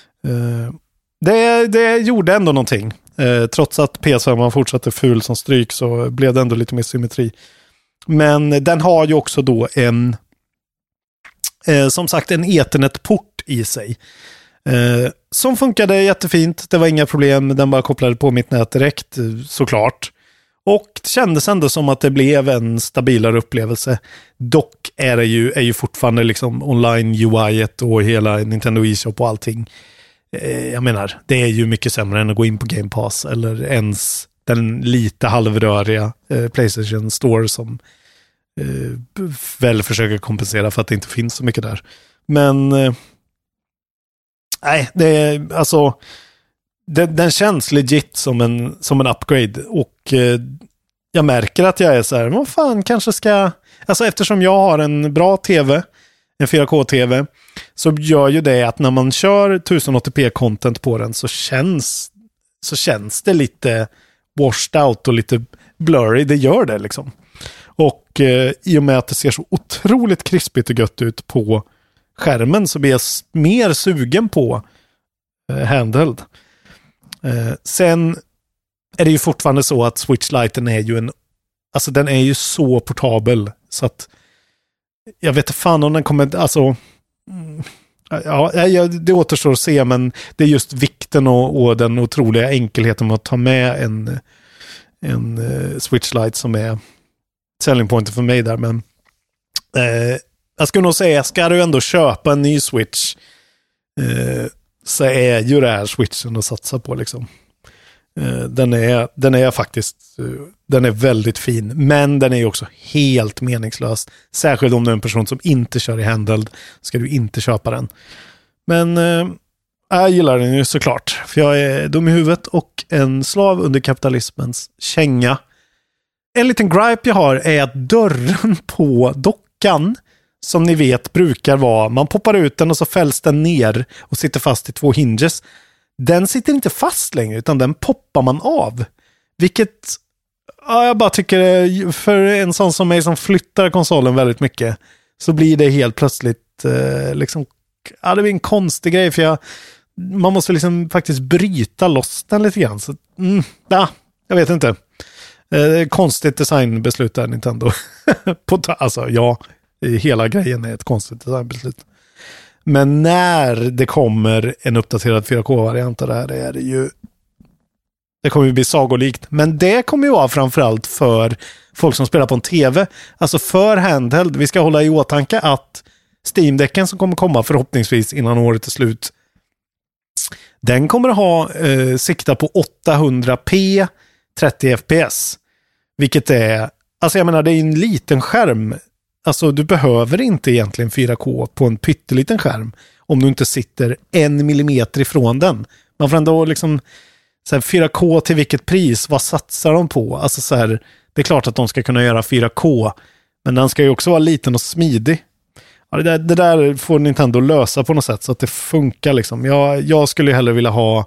det gjorde ändå någonting. Trots att PS5 fortsatte ful som stryk så blev det ändå lite mer symmetri. Men den har ju också då som sagt en Ethernet-port i sig. Som funkade jättefint. Det var inga problem. Den bara kopplade på mitt nät direkt, såklart. Och det kändes ändå som att det blev en stabilare upplevelse. Dock är ju fortfarande liksom online UI-et och hela Nintendo eShop och allting. Jag menar, det är ju mycket sämre än att gå in på Game Pass eller ens den lite halvröriga PlayStation Store som väl försöker kompensera för att det inte finns så mycket där. Men nej, det är alltså den känns legit som en upgrade och jag märker att jag är så här, vad fan kanske ska, alltså eftersom jag har en bra tv, en 4K-tv, så gör ju det att när man kör 1080p-content på den så känns det lite washed out och lite blurry, det gör det liksom. Och i och med att det ser så otroligt krispigt och gött ut på skärmen så blir jag mer sugen på handheld. Sen är det ju fortfarande så att Switch Lite är ju den är ju så portabel så att jag vet inte fan om den kommer, alltså Ja, det återstår att se, men det är just vikten och den otroliga enkelheten med att ta med en Switch Lite som är selling pointen för mig där. Men jag skulle nog säga, ska du ändå köpa en ny Switch så är ju det här Switchen att satsa på liksom. Den är faktiskt den är väldigt fin, men den är ju också helt meningslös. Särskilt om du är en person som inte kör i handheld, ska du inte köpa den. Men jag gillar den ju såklart, för jag är dum i huvudet och en slav under kapitalismens känga. En liten gripe jag har är att dörren på dockan, som ni vet brukar vara, man poppar ut den och så fälls den ner och sitter fast i 2 hinges. Den sitter inte fast längre, utan den poppar man av. Vilket jag bara tycker, för en sån som mig som flyttar konsolen väldigt mycket, så blir det helt plötsligt liksom, det blir en konstig grej, för man måste liksom faktiskt bryta loss den lite grann. Så, jag vet inte. Konstigt designbeslut där, Nintendo. Hela grejen är ett konstigt designbeslut. Men när det kommer en uppdaterad 4K-variant av det här, är det ju, det kommer ju bli sagolikt. Men det kommer ju vara framförallt för folk som spelar på en tv. Alltså för handheld. Vi ska hålla i åtanke att Steam-däcken som kommer komma förhoppningsvis innan året är slut, den kommer att ha sikta på 800p 30 fps. Vilket är, alltså jag menar, det är en liten skärm. Alltså du behöver inte egentligen 4K på en pytteliten skärm om du inte sitter 1 millimeter ifrån den. Man får ändå liksom så här, 4K till vilket pris? Vad satsar de på? Alltså så här, det är klart att de ska kunna göra 4K, men den ska ju också vara liten och smidig. Ja, det där får Nintendo lösa på något sätt så att det funkar liksom. Jag skulle hellre vilja ha...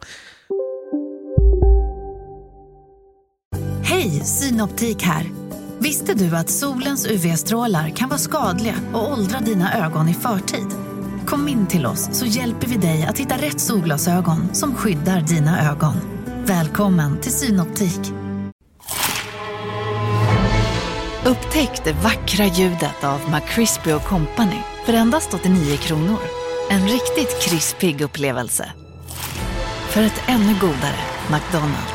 Hej, Synoptik här. Visste du att solens UV-strålar kan vara skadliga och åldra dina ögon i förtid? Kom in till oss så hjälper vi dig att hitta rätt solglasögon som skyddar dina ögon. Välkommen till Synoptik. Upptäck det vackra ljudet av McCrispy & Company för endast 89 kronor. En riktigt krispig upplevelse. För ett ännu godare McDonald's.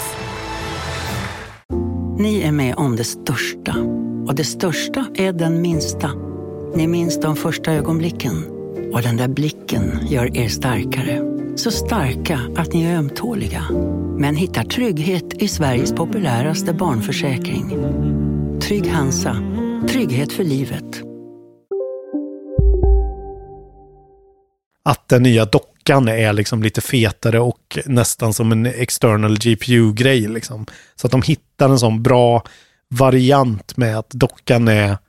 Ni är med om det största. Och det största är den minsta. Ni minns de första ögonblicken. Och den där blicken gör er starkare. Så starka att ni är ömtåliga. Men hittar trygghet i Sveriges populäraste barnförsäkring. Trygg Hansa. Trygghet för livet. Att den nya dockan är liksom lite fetare och nästan som en external GPU-grej liksom. Så att de hittar en sån bra variant med att dockan är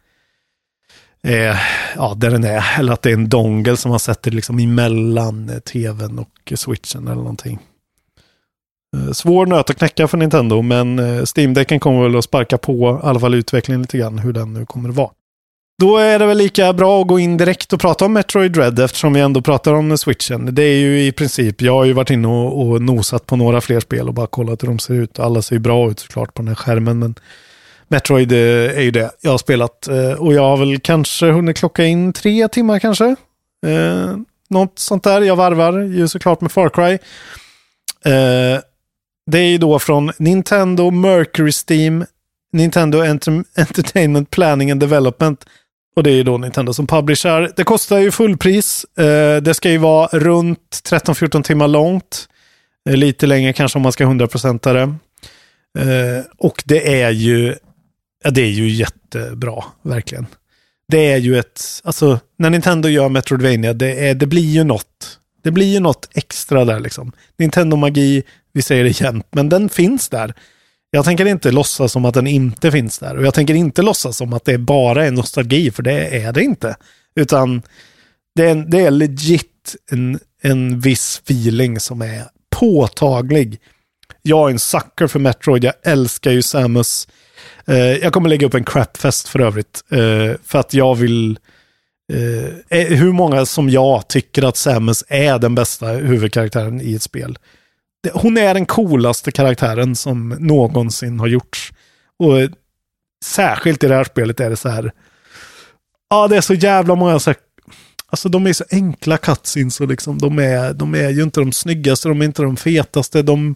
där den är, eller att det är en dongle som man sätter liksom emellan tvn och switchen eller någonting. Svår nöt att knäcka för Nintendo, men Steam-däcken kommer väl att sparka på i alla fall utvecklingen lite grann, hur den nu kommer att vara. Då är det väl lika bra att gå in direkt och prata om Metroid Dread, eftersom vi ändå pratar om Switchen. Det är ju i princip, jag har ju varit inne och nosat på några fler spel och bara kollat hur de ser ut. Alla ser ju bra ut såklart på den här skärmen, men Metroid är ju det jag har spelat. Och jag har väl kanske hunnit klocka in 3 timmar kanske. Något sånt där. Jag varvar ju såklart med Far Cry. Det är ju då från Nintendo Mercury Steam, Nintendo Entertainment Planning and Development, och det är ju då Nintendo som publicerar. Det kostar ju fullpris. Det ska ju vara runt 13-14 timmar långt. Lite längre kanske om man ska 100%a det. Och det är ju jättebra, verkligen. Det är ju alltså när Nintendo gör Metroidvania, det blir ju något. Det blir ju något extra där liksom. Nintendo-magi, vi säger det igen, men den finns där. Jag tänker inte låtsas som att den inte finns där. Och jag tänker inte låtsas som att det bara är nostalgi, för det är det inte. Utan det är legit en viss feeling som är påtaglig. Jag är en sucker för Metroid. Jag älskar ju Samus. Jag kommer lägga upp en crapfest för övrigt. För att jag vill... hur många som jag tycker att Samus är den bästa huvudkaraktären i ett spel. Hon är den coolaste karaktären som någonsin har gjorts. Och särskilt i det här spelet är det så här... Ja, det är så jävla många så här, Alltså de är så enkla cutscenes och liksom, de är ju inte de snyggaste, de är inte de fetaste, de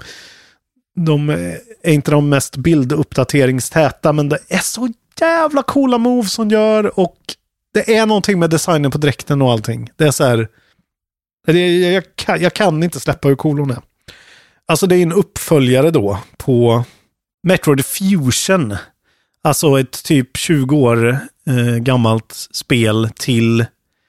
är inte de mest bilduppdateringstäta, men det är så jävla coola moves som gör, och det är någonting med designen på dräkten och allting. Det är så här, jag kan inte släppa hur cool hon är. Alltså det är en uppföljare då på Metroid Fusion. Alltså ett typ 20 år gammalt spel till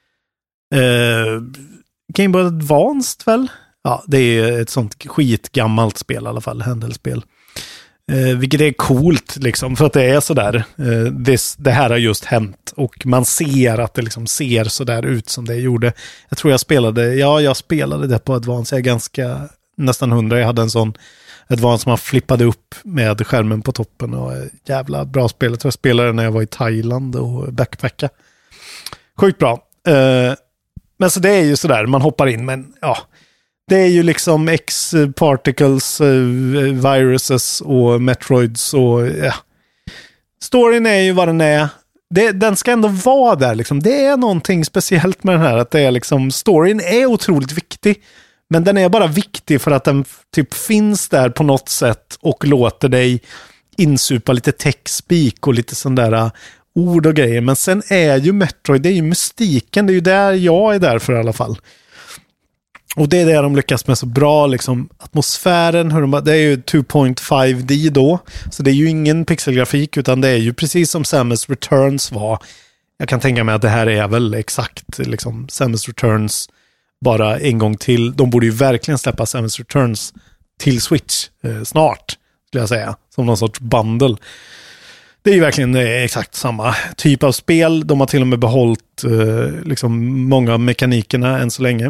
Game Boy Advanced väl? Ja, det är ett sånt skitgammalt spel i alla fall, händelspel. Vilket är coolt liksom, för att det är sådär, det här har just hänt och man ser att det liksom ser sådär ut som det gjorde. Jag tror jag spelade det på Advance, jag är ganska nästan 100, jag hade en sån Advance som man flippade upp med skärmen på toppen, och jävla bra spel. Jag tror jag spelade när jag var i Thailand och backpacka. Sjukt bra. Men så det är ju sådär, man hoppar in, men ja, det är ju liksom X-Particles, Viruses och Metroids och ja. Storyn är ju vad den är. Den ska ändå vara där liksom. Det är någonting speciellt med den här, att det är liksom, storyn är otroligt viktig, men den är bara viktig för att den typ finns där på något sätt och låter dig insupa lite tech-speak och lite sån där ord och grejer. Men sen är ju Metroid, det är ju mystiken, det är ju där jag är där för i alla fall. Och det är det de lyckas med så bra, liksom atmosfären, det är ju 2.5D då, så det är ju ingen pixelgrafik, utan det är ju precis som Samus Returns var. Jag kan tänka mig att det här är väl exakt liksom Samus Returns bara en gång till. De borde ju verkligen släppa Samus Returns till Switch snart, skulle jag säga, som någon sorts bundle. Det är ju verkligen exakt samma typ av spel. De har till och med behållit liksom många av mekanikerna än så länge.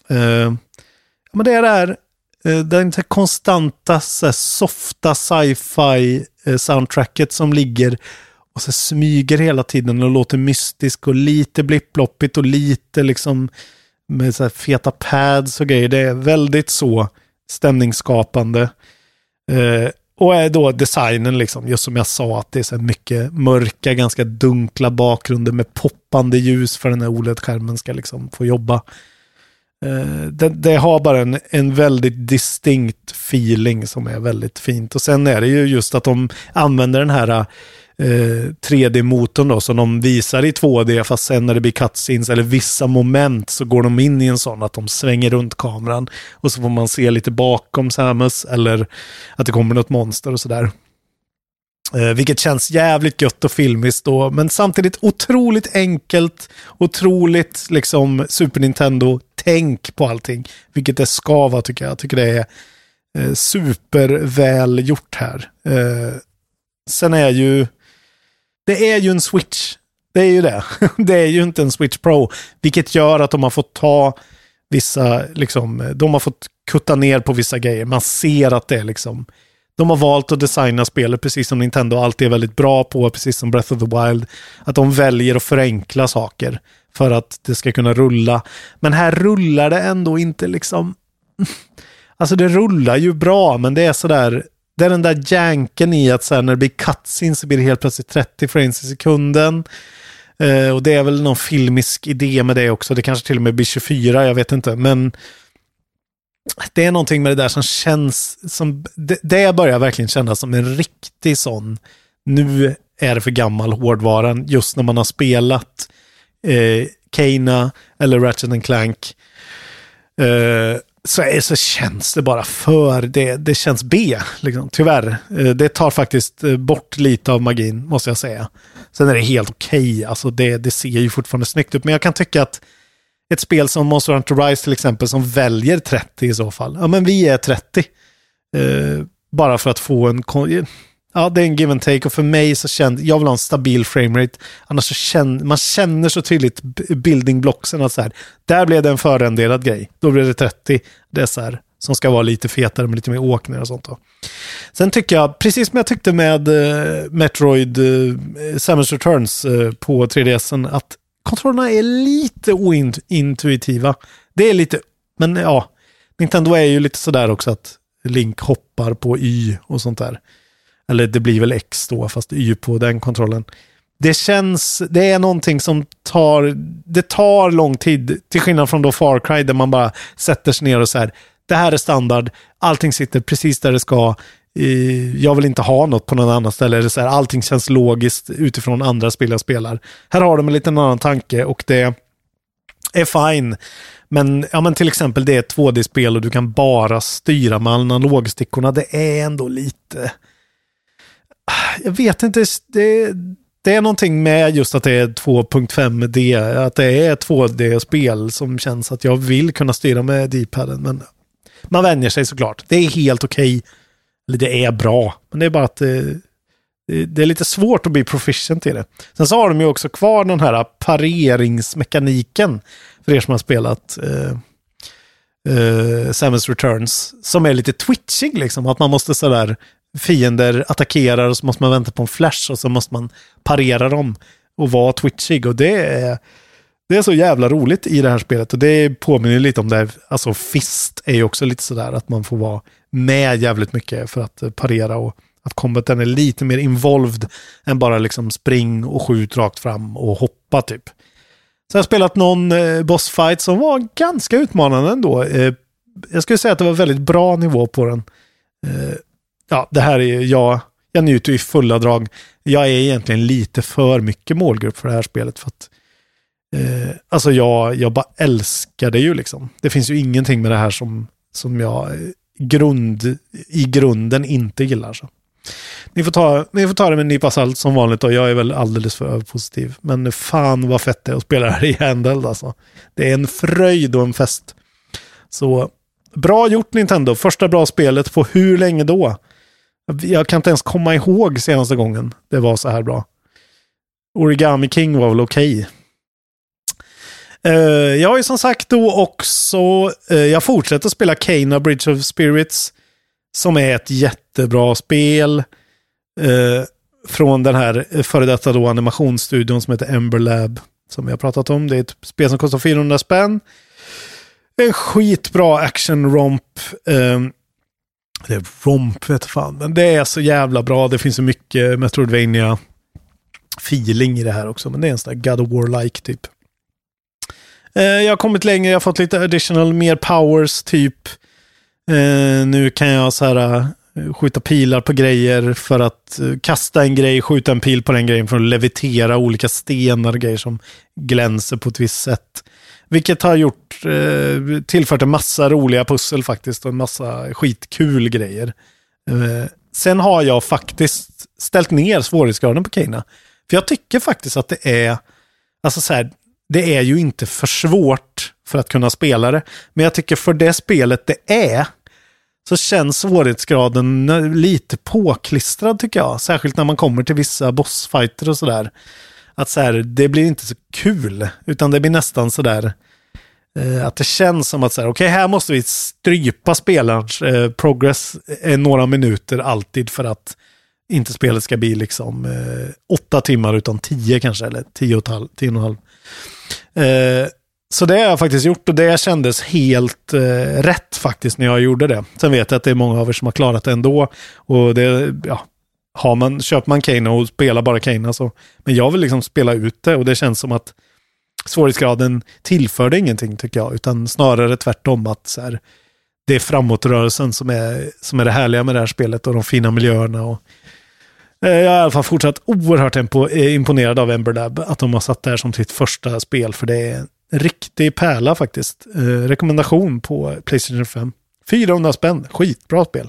Men det är den konstanta softa sci-fi soundtracket som ligger och så smyger hela tiden och låter mystisk och lite blipploppigt och lite liksom med så här feta pads och grejer. Det är väldigt så stämningsskapande. Och är då designen liksom, just som jag sa, att det är så mycket mörka, ganska dunkla bakgrunder med poppande ljus för den här OLED-skärmen ska liksom få jobba. Det har bara en väldigt distinkt feeling som är väldigt fint. Och sen är det ju just att de använder den här 3D-motorn då, som de visar i 2D, fast sen när det blir cutscenes eller vissa moment så går de in i en sån att de svänger runt kameran och så får man se lite bakom Samus eller att det kommer något monster och sådär. Vilket känns jävligt gött och filmiskt då, men samtidigt otroligt enkelt, otroligt liksom Super Nintendo-tänk på allting, vilket det ska vara, tycker jag. Jag tycker det är superväl gjort här. Sen är det är ju en Switch. Det är ju det. Det är ju inte en Switch Pro, vilket gör att de har fått ta vissa liksom, de har fått kutta ner på vissa grejer. Man ser att det är liksom, de har valt att designa spelet precis som Nintendo alltid är väldigt bra på, precis som Breath of the Wild, att de väljer att förenkla saker för att det ska kunna rulla. Men här rullar det ändå inte liksom, alltså det rullar ju bra, men det är sådär, det är den där janken i att så här, när det blir cutscenes så blir det helt plötsligt 30 frames i sekunden. Och det är väl någon filmisk idé med det också. Det kanske till och med blir 24, jag vet inte. Men det är någonting med det där som känns som, det börjar verkligen kännas som en riktig sån, nu är det för gammal hårdvaran, just när man har spelat Kena eller Ratchet & Clank. Så känns det bara för det känns B liksom, tyvärr. Det tar faktiskt bort lite av magin, måste jag säga. Sen är det helt okej. Alltså det ser ju fortfarande snyggt ut, men jag kan tycka att ett spel som Monster Hunter Rise till exempel, som väljer 30 i så fall. Ja, men vi är 30. Bara för att få en, ja, det är en give and take, och för mig så jag vill ha en stabil framerate. Annars så man känner så tydligt building blocksen att så här, där blev det en förrenderad grej. Då blev det 30. Det är så här, som ska vara lite fetare med lite mer åkningar och sånt då. Sen tycker jag, precis som jag tyckte med Metroid Samus Returns på 3DSen, att kontrollerna är lite ointuitiva. Det är lite, men ja, Nintendo är ju lite sådär också att Link hoppar på Y och sånt där. Eller det blir väl X då, fast Y på den kontrollen. det är någonting som tar lång tid, till skillnad från då Far Cry där man bara sätter sig ner och så här, det här är standard, allting sitter precis där det ska, jag vill inte ha något på någon annan ställe, eller så här, allting känns logiskt utifrån andra spel jag spelar. Här har de en liten annan tanke och det är fine. Men till exempel det är ett 2D-spel och du kan bara styra med analogstickorna. Det är ändå lite... Jag vet inte, det är någonting med just att det är 2.5D, att det är ett 2D-spel som känns att jag vill kunna styra med D-paden, men man vänjer sig såklart. Det är helt okej. Eller det är bra, men det är bara att det är lite svårt att bli proficient i det. Sen så har de ju också kvar den här pareringsmekaniken för er som har spelat Samus Returns, som är lite twitchig liksom, att man måste sådär, fiender attackerar och så måste man vänta på en flash och så måste man parera dem och vara twitchig, och det är så jävla roligt i det här spelet, och det påminner lite om det, alltså Fist är ju också lite sådär att man får vara med jävligt mycket för att parera, och att combaten är lite mer involved än bara liksom spring och skjut rakt fram och hoppa typ. Så jag har spelat någon bossfight som var ganska utmanande ändå. Jag skulle säga att det var väldigt bra nivå på den. Ja, det här är jag njuter i fulla drag. Jag är egentligen lite för mycket målgrupp för det här spelet, för att alltså jag bara älskar det ju liksom. Det finns ju ingenting med det här som jag i grunden inte gillar så. Ni får ta det med en nypa salt som vanligt, och jag är väl alldeles för positiv. Men fan vad fett det är att spela här i Handheld alltså. Det är en fröjd och en fest. Så bra gjort Nintendo. Första bra spelet på hur länge då? Jag kan inte ens komma ihåg senaste gången det var så här bra. Origami King var väl okej. Jag har ju som sagt då också jag fortsätter spela Kena Bridge of Spirits, som är ett jättebra spel från den här före detta då animationsstudion som heter Ember Lab, som vi har pratat om. Det är ett spel som kostar 400 spänn. En skitbra action-romp. Det är romp, vet fan. Men det är så jävla bra. Det finns så mycket Metroidvania-feeling i det här också. Men det är en sån där God of War-like typ. Jag har kommit längre. Jag har fått lite additional, mer powers typ. Nu kan jag så här skjuta pilar på grejer för att kasta en grej, skjuta en pil på den grejen för att levitera olika stenar och grejer som glänser på ett visst sätt. Vilket har tillfört en massa roliga pussel faktiskt, och en massa skitkul grejer. Sen har jag faktiskt ställt ner svårighetsgraden på Kena. För jag tycker faktiskt att det är, alltså så här, det är ju inte för svårt för att kunna spela det. Men jag tycker för det spelet det är, så känns svårighetsgraden lite påklistrad tycker jag. Särskilt när man kommer till vissa bossfighter och sådär. Att så här, det blir inte så kul, utan det blir nästan sådär att det känns som att så här, okej, här måste vi strypa spelarens progress några minuter alltid för att inte spelet ska bli liksom 8 timmar utan 10 kanske, eller 10,5. Så det har jag faktiskt gjort, och det kändes helt rätt faktiskt när jag gjorde det. Sen vet jag att det är många av er som har klarat det ändå, och det, ja, köper man Kena och spelar bara Kena så. Men jag vill liksom spela ut det, och det känns som att svårighetsgraden tillförde ingenting tycker jag, utan snarare tvärtom, att så här, det är framåtrörelsen som är det härliga med det här spelet, och de fina miljöerna. Och jag är i alla fall fortsatt oerhört imponerad av Ember Lab, att de har satt det här som sitt första spel, för det är en riktig pärla faktiskt. Rekommendation på PlayStation 5. 400 spänn, skitbra spel.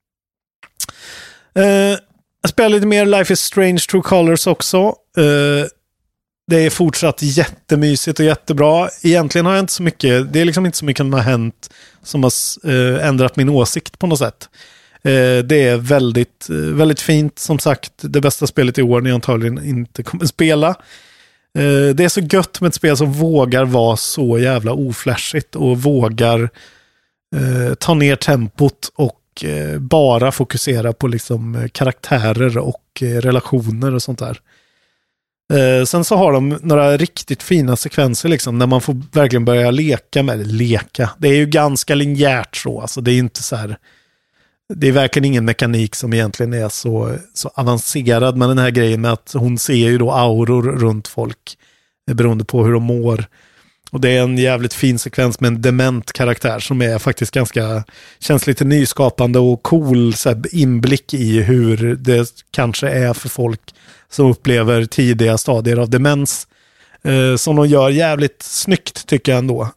Jag spelar lite mer Life is Strange True Colors också. Det är fortsatt jättemysigt och jättebra. Egentligen har jag inte så mycket, det är liksom inte så mycket som har hänt som har ändrat min åsikt på något sätt. Det är väldigt, väldigt fint. Som sagt, det bästa spelet i år ni antagligen inte kommer spela. Det är så gött med ett spel som vågar vara så jävla oflashigt och vågar ta ner tempot och bara fokusera på liksom karaktärer och relationer och sånt där. Sen så har de några riktigt fina sekvenser liksom, när man får verkligen börja leka med det. Det är ju ganska linjärt så, alltså det är inte så här det är verkligen ingen mekanik som egentligen är så avancerad, men den här grejen med att hon ser ju då auror runt folk beroende på hur de mår. Och det är en jävligt fin sekvens med en dement karaktär som är faktiskt känns lite nyskapande och cool, så här, inblick i hur det kanske är för folk som upplever tidiga stadier av demens, som de gör jävligt snyggt tycker jag ändå.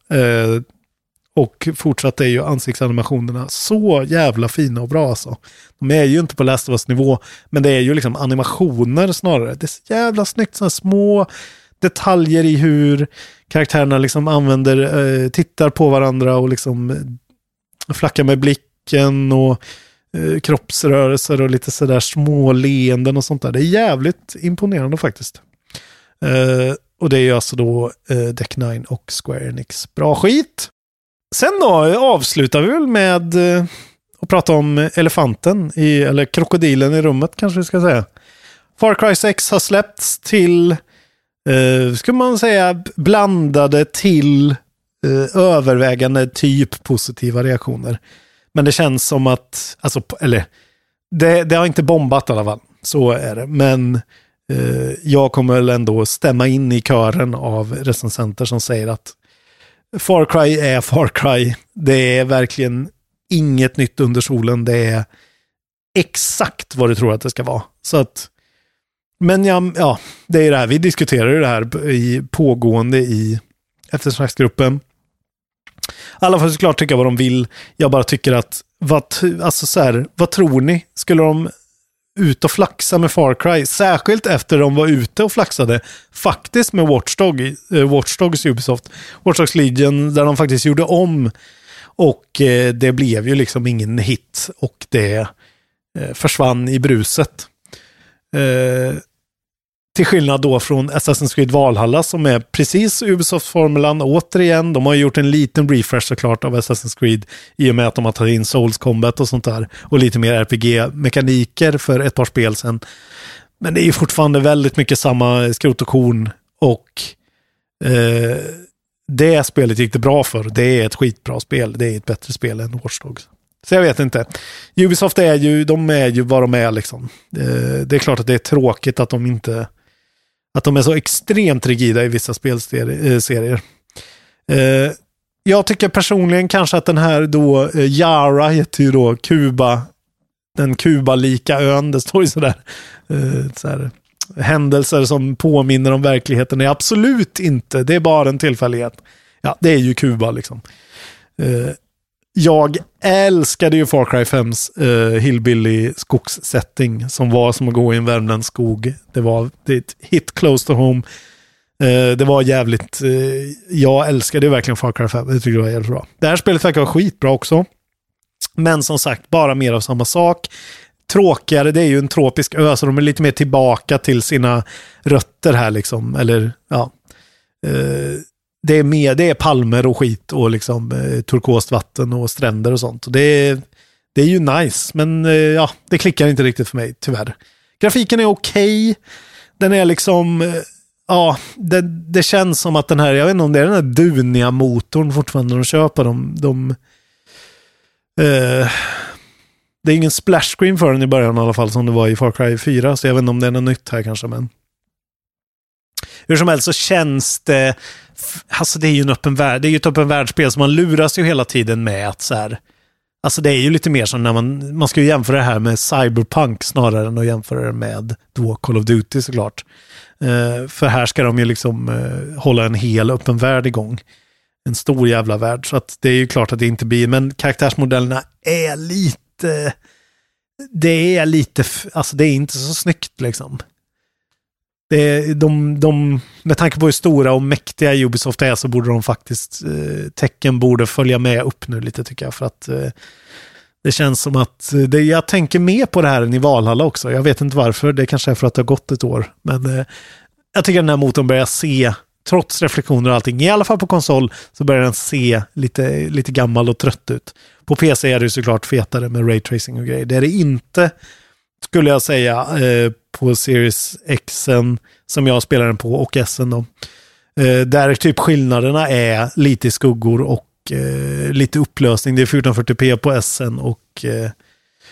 Och fortsatt är ju ansiktsanimationerna så jävla fina och bra alltså. De är ju inte på Last of Us nivå, men det är ju liksom animationer snarare. Det är så jävla snyggt, så små detaljer i hur karaktärerna liksom tittar på varandra och liksom flackar med blicken och kroppsrörelser och lite sådär små leenden och sånt där. Det är jävligt imponerande faktiskt. Och det är ju alltså då Deck Nine och Square Enix. Bra skit! Sen då avslutar vi väl med att prata om elefanten eller krokodilen i rummet kanske vi ska säga. Far Cry 6 har släppts till ska man säga blandade till övervägande typ positiva reaktioner. Men det känns som att det har inte bombat i alla fall. Så är det. Men jag kommer väl ändå stämma in i kören av recensenter som säger att Far Cry är Far Cry. Det är verkligen inget nytt under solen. Det är exakt vad du tror att det ska vara. Så att, men ja, det är det här. Vi diskuterar ju det här pågående i eftersnacksgruppen. Alla får såklart tycka vad de vill. Jag bara tycker att vad tror ni? Skulle de ut och flaxa med Far Cry, särskilt efter de var ute och flaxade faktiskt med Watch Dogs Ubisoft, Watch Dogs Legion, där de faktiskt gjorde om, och det blev ju liksom ingen hit och det försvann i bruset. Till skillnad då från Assassin's Creed Valhalla som är precis Ubisoft-formulan återigen. De har gjort en liten refresh såklart av Assassin's Creed i och med att de har tagit in Souls Combat och sånt där och lite mer RPG-mekaniker för ett par spel sedan. Men det är ju fortfarande väldigt mycket samma skrot och korn, och det spelet gick det bra för. Det är ett skitbra spel. Det är ett bättre spel än Watch Dogs. Så jag vet inte. Ubisoft är ju vad de är liksom. Det är klart att det är tråkigt att de är så extremt rigida i vissa spelserier. Jag tycker personligen kanske att den här då Yara heter ju då Kuba, den Kuba-lika ön. Det står ju sådär händelser som påminner om verkligheten. är absolut inte. Det är bara en tillfällighet. Ja, det är ju Kuba liksom. Jag älskade ju Far Cry 5s hillbilly skogssetting som var som att gå i en Värmlandsskog. Det är ett hit close to home. Det var jävligt... jag älskade ju verkligen Far Cry 5. Jag tycker det var jävligt bra. Det här spelet verkar vara skitbra också. Men som sagt, bara mer av samma sak. Tråkigare, det är ju en tropisk ö, så de är lite mer tillbaka till sina rötter här liksom. Eller, ja... det är palmer och skit och liksom turkost vatten och stränder och sånt. Och det är ju nice, men ja, det klickar inte riktigt för mig, tyvärr. Grafiken är okej. Den är liksom det känns som att den här, jag vet inte om det är den här duniga motorn fortfarande de kör på det är ingen splash screen för den i början i alla fall, som det var i Far Cry 4, så jag vet inte om det är något nytt här kanske, men hur som helst så känns det, alltså det är ju en öppen värld, det är ju ett öppen världsspel, så man luras ju hela tiden med att så här, alltså det är ju lite mer som när man ska ju jämföra det här med Cyberpunk snarare än att jämföra det med då Call of Duty såklart. För här ska de ju liksom hålla en hel öppen värld igång. En stor jävla värld, så att det är ju klart att det inte blir, men karaktärsmodellerna är lite, alltså det är inte så snyggt liksom. De med tanke på hur stora och mäktiga Ubisoft är, så borde de faktiskt tecken borde följa med upp nu lite, tycker jag, för att det känns som att jag tänker mer på det här än i Valhalla också. Jag vet inte varför, det kanske är för att det har gått ett år, men jag tycker den här motorn börjar se, trots reflektioner och allting, i alla fall på konsol, så börjar den se lite gammal och trött ut. På PC är det ju såklart fetare med raytracing och grejer. Det är det inte, skulle jag säga, på Series Xen som jag spelar den på, och S'en då. Där typ skillnaderna är lite i skuggor och lite upplösning. Det är 1440p på S'en och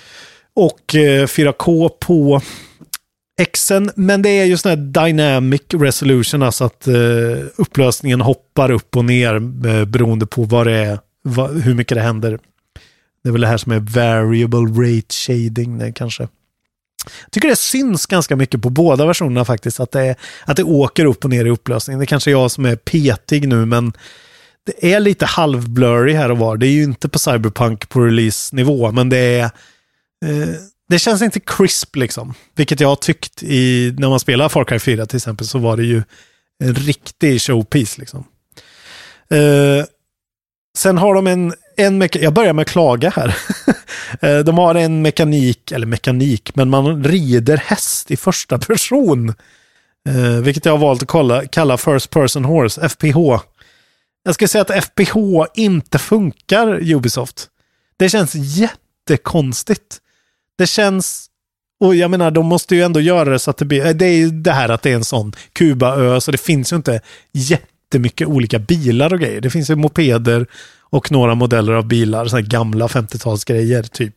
och 4K på Xen, men det är ju sån här dynamic resolution, alltså att upplösningen hoppar upp och ner beroende på vad det är, hur mycket det händer. Det är väl det här som är variable rate shading, det kanske. Jag tycker det syns ganska mycket på båda versionerna faktiskt, att det åker upp och ner i upplösningen. Det är kanske jag som är petig nu, men det är lite halvblurry här och var. Det är ju inte på Cyberpunk på release-nivå, men det känns inte crisp liksom. Vilket jag har tyckt när man spelar Far Cry 4 till exempel, så var det ju en riktig showpiece liksom. Sen har de jag börjar med att klaga här. De har en mekanik, men man rider häst i första person. Vilket jag har valt att kalla First Person Horse, FPH. Jag ska säga att FPH inte funkar, Ubisoft. Det känns jättekonstigt. Det känns, och jag menar, de måste ju ändå göra det så att det är ju det här att det är en sån Kubaö, så det finns ju inte jättemycket olika bilar och grejer. Det finns ju mopeder och några modeller av bilar, såna här gamla 50-talsgrejer typ.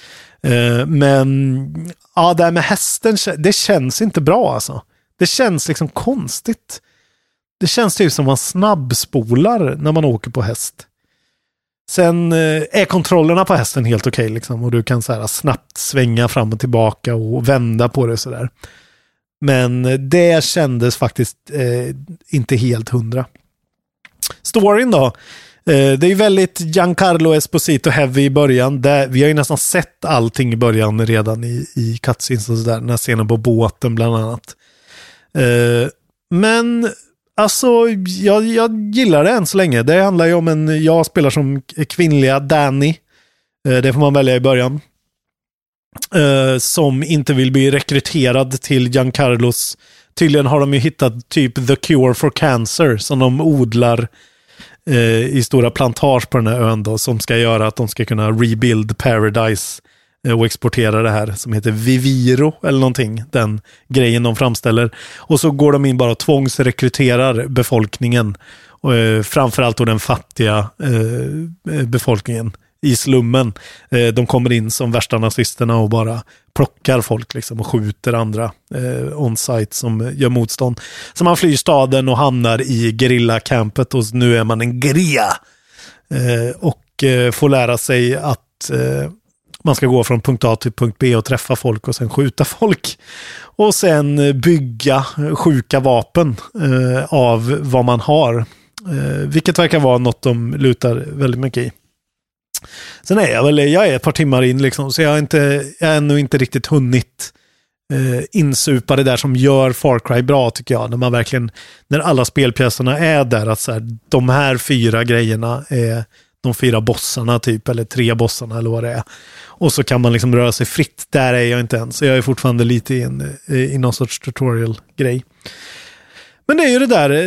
Men ja, det här med hästen, det känns inte bra alltså. Det känns liksom konstigt. Det känns typ som man snabbspolar när man åker på häst. Sen är kontrollerna på hästen helt okej liksom, och du kan så här snabbt svänga fram och tillbaka och vända på det sådär. Men det kändes faktiskt inte helt 100. Storyn då? Det är ju väldigt Giancarlo Esposito heavy i början. Vi har ju nästan sett allting i början redan i cutscenes och sådär. Den här scenen på båten bland annat. Men alltså, jag gillar det än så länge. Det handlar ju om jag spelar som kvinnliga Danny. Det får man välja i början. Som inte vill bli rekryterad till Giancarlos. Tydligen har de ju hittat typ the cure for cancer som de odlar i stora plantage på den här ön då, som ska göra att de ska kunna rebuild paradise och exportera det här som heter Viviro eller någonting, den grejen de framställer. Och så går de in bara och tvångsrekryterar befolkningen, och framförallt då den fattiga befolkningen i slummen. De kommer in som värsta nazisterna och bara plockar folk liksom och skjuter andra on-site som gör motstånd. Så man flyr staden och hamnar i gerilla-campet, och nu är man en guerilla och får lära sig att man ska gå från punkt A till punkt B och träffa folk och sen skjuta folk. Och sen bygga sjuka vapen av vad man har. Vilket verkar vara något de lutar väldigt mycket i. Sen är jag är ett par timmar in liksom, så jag är ännu inte riktigt hunnit insupa det där som gör Far Cry bra, tycker jag. När alla spelpjäserna är där, att så här, de här 4 grejerna är de 4 bossarna typ, eller 3 bossarna eller vad det är. Och så kan man liksom röra sig fritt. Där är jag inte än, så jag är fortfarande lite i någon sorts tutorial-grej. Men det är ju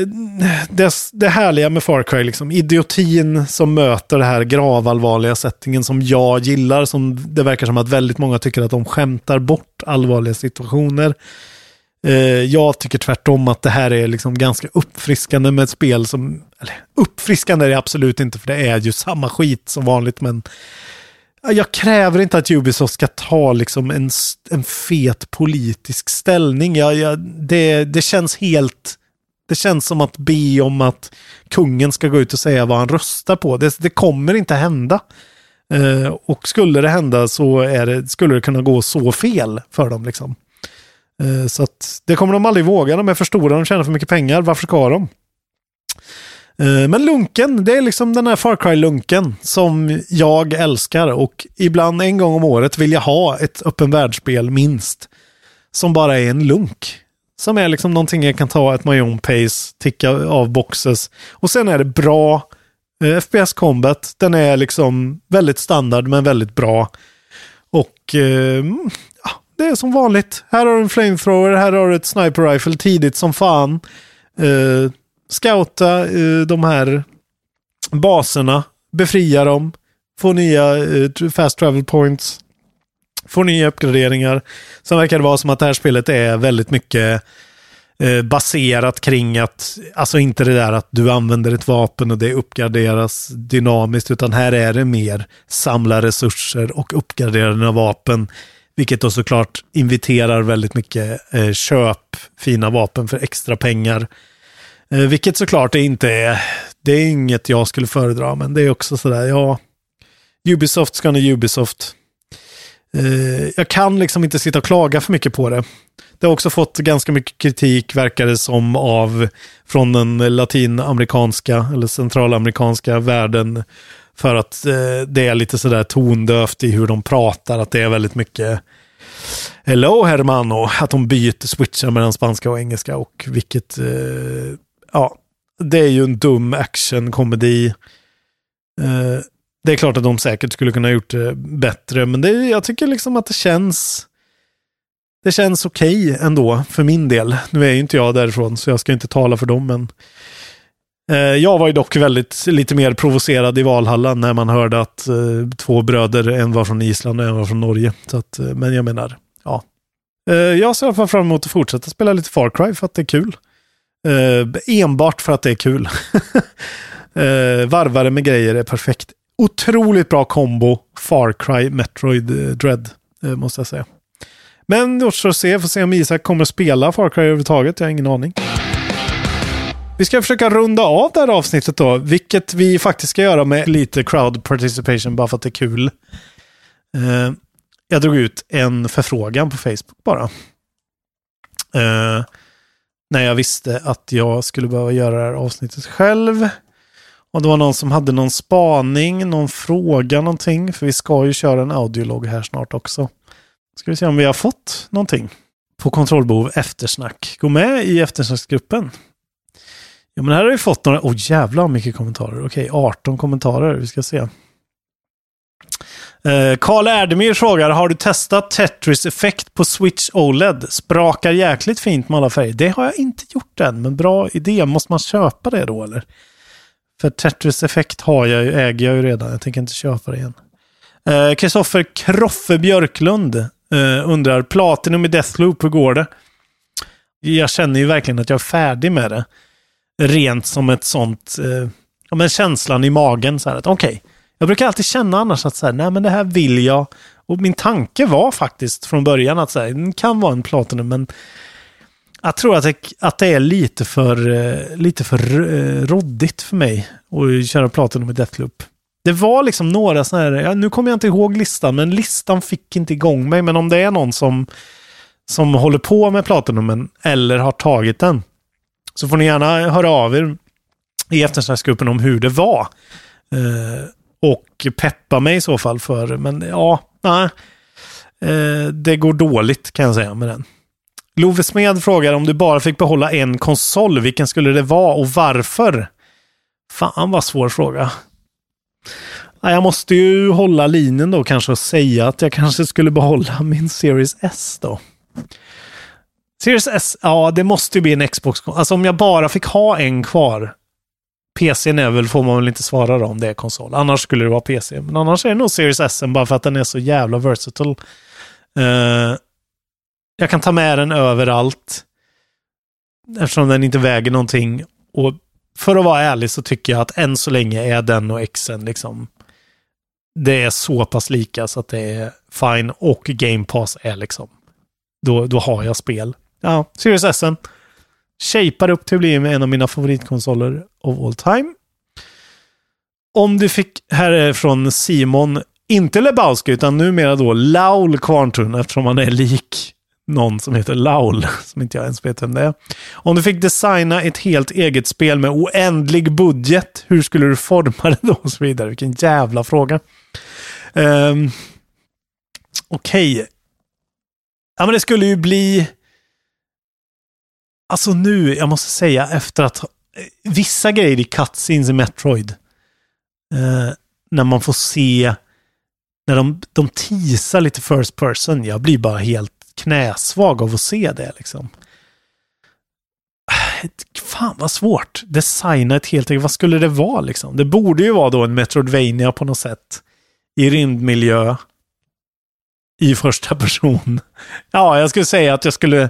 det härliga med Far Cry, liksom idiotin som möter det här gravallvarliga settingen som jag gillar, som det verkar som att väldigt många tycker att de skämtar bort allvarliga situationer. Jag tycker tvärtom att det här är liksom ganska uppfriskande med ett spel som, eller uppfriskande är det absolut inte, för det är ju samma skit som vanligt, men jag kräver inte att Ubisoft ska ta liksom en fet politisk ställning. Det känns helt... Det känns som att be om att kungen ska gå ut och säga vad han röstar på. Det kommer inte hända. Och skulle det hända så skulle det kunna gå så fel för dem. Liksom. Så att det kommer de aldrig våga. De är för stora, de tjänar för mycket pengar. Varför ska de? Men lunken, det är liksom den här Far Cry-lunken som jag älskar. Och ibland en gång om året vill jag ha ett öppen världsspel minst. Som bara är en lunk. Som är liksom någonting jag kan ta at my own pace, ticka av boxes. Och sen är det bra FPS combat. Den är liksom väldigt standard men väldigt bra. Och det är som vanligt. Här har du en flamethrower, här har du ett sniper rifle tidigt som fan. Scouta de här baserna, befria dem, få nya fast travel points. Får nya uppgraderingar. Sen verkar det vara som att det här spelet är väldigt mycket baserat kring att, alltså inte det där att du använder ett vapen och det uppgraderas dynamiskt, utan här är det mer samla resurser och uppgradera dina vapen Vilket då såklart inviterar väldigt mycket köp, fina vapen för extra pengar. Vilket såklart det är inget jag skulle föredra, men det är också sådär, ja, Ubisoft ska nu Ubisoft. Jag kan liksom inte sitta och klaga för mycket på det. Det har också fått ganska mycket kritik, verkar det som, från den latinamerikanska eller centralamerikanska världen, för att det är lite sådär tondövt i hur de pratar, att det är väldigt mycket hello hermano, att de byter switchar mellan spanska och engelska, och vilket det är ju en dum actionkomedi. Det är klart att de säkert skulle kunna ha gjort det bättre, men jag tycker liksom att det känns okej ändå för min del. Nu är ju inte jag därifrån, så jag ska inte tala för dem, men jag var ju dock lite mer provocerad i Valhalla när man hörde att 2 bröder, en var från Island och en var från Norge. Så att, men jag menar, ja. Jag ser fram emot att fortsätta spela lite Far Cry för att det är kul. Enbart för att det är kul. Varvare med grejer är perfekt. Otroligt bra kombo Far Cry, Metroid Dread, måste jag säga. Men då får se om Isak kommer att spela Far Cry överhuvudtaget. Jag har ingen aning. Vi ska försöka runda av det här avsnittet då, vilket vi faktiskt ska göra med lite crowd participation bara för att det är kul. Jag drog ut en förfrågan på Facebook bara. När jag visste att jag skulle behöva göra det här avsnittet själv. Och det var någon som hade någon spaning, någon fråga, någonting. För vi ska ju köra en audiolog här snart också. Ska vi se om vi har fått någonting på kontrollbehov eftersnack. Gå med i eftersnacksgruppen. Ja, men här har vi fått några... jävla mycket kommentarer. Okej, 18 kommentarer. Vi ska se. Karl Erdemir frågar: har du testat Tetris effekt på Switch OLED? Sprakar jäkligt fint med alla färger. Det har jag inte gjort än, men bra idé. Måste man köpa det då, eller? För Tetris effekt äger jag ju redan. Jag tänker inte köpa det igen. Kristoffer Kroffe Björklund undrar: Platinum i Deathloop, hur går det? Jag känner ju verkligen att jag är färdig med det. Rent som ett sånt men känslan i magen så här att okej. Jag brukar alltid känna annars att så här, nej men det här vill jag, och min tanke var faktiskt från början att så här, den kan vara en Platinum, men jag tror att det är lite för roddigt för mig att köra Platinum i Deathloop. Det var liksom några såna här, nu kommer jag inte ihåg listan, men listan fick inte igång mig, men om det är någon som håller på med Platinumen eller har tagit den, så får ni gärna höra av er i eftersnacksgruppen om hur det var. Och peppa mig i så fall för. Men ja, nej. Det går dåligt kan jag säga med den. Love Smed frågar: om du bara fick behålla en konsol, vilken skulle det vara och varför? Fan vad svår fråga. Jag måste ju hålla linjen då kanske och säga att jag kanske skulle behålla min Series S då. Series S, ja, det måste ju bli en Xbox. Alltså om jag bara fick ha en kvar. PC:n är väl, får man väl inte svara då om det är konsol. Annars skulle det vara PC. Men annars är det nog Series S bara för att den är så jävla versatile. Jag kan ta med den överallt. Eftersom den inte väger någonting. Och för att vara ärlig så tycker jag att än så länge är den och Xen liksom, det är så pass lika så att det är fine. Och Game Pass är liksom, då har jag spel. Ja, Series S shapear upp till att bli en av mina favoritkonsoler of all time. Om du fick, här är från Simon, inte Lebowski utan numera då Laul Kvarntun, eftersom han är lik någon som heter Laul, som inte jag ens vet vem det är. Om du fick designa ett helt eget spel med oändlig budget, hur skulle du forma det då och så vidare? Vilken jävla fråga. Okej. Ja, men det skulle ju bli, alltså nu, jag måste säga, efter att vissa grejer i cutscenes i Metroid, när man får se, när de teasar lite first person, jag blir bara helt knäsvag av att se det liksom. Fan vad svårt. Designa ett helt eget, vad skulle det vara liksom? Det borde ju vara då en Metroidvania på något sätt, i rymdmiljö, i första person. Ja, jag skulle säga att jag skulle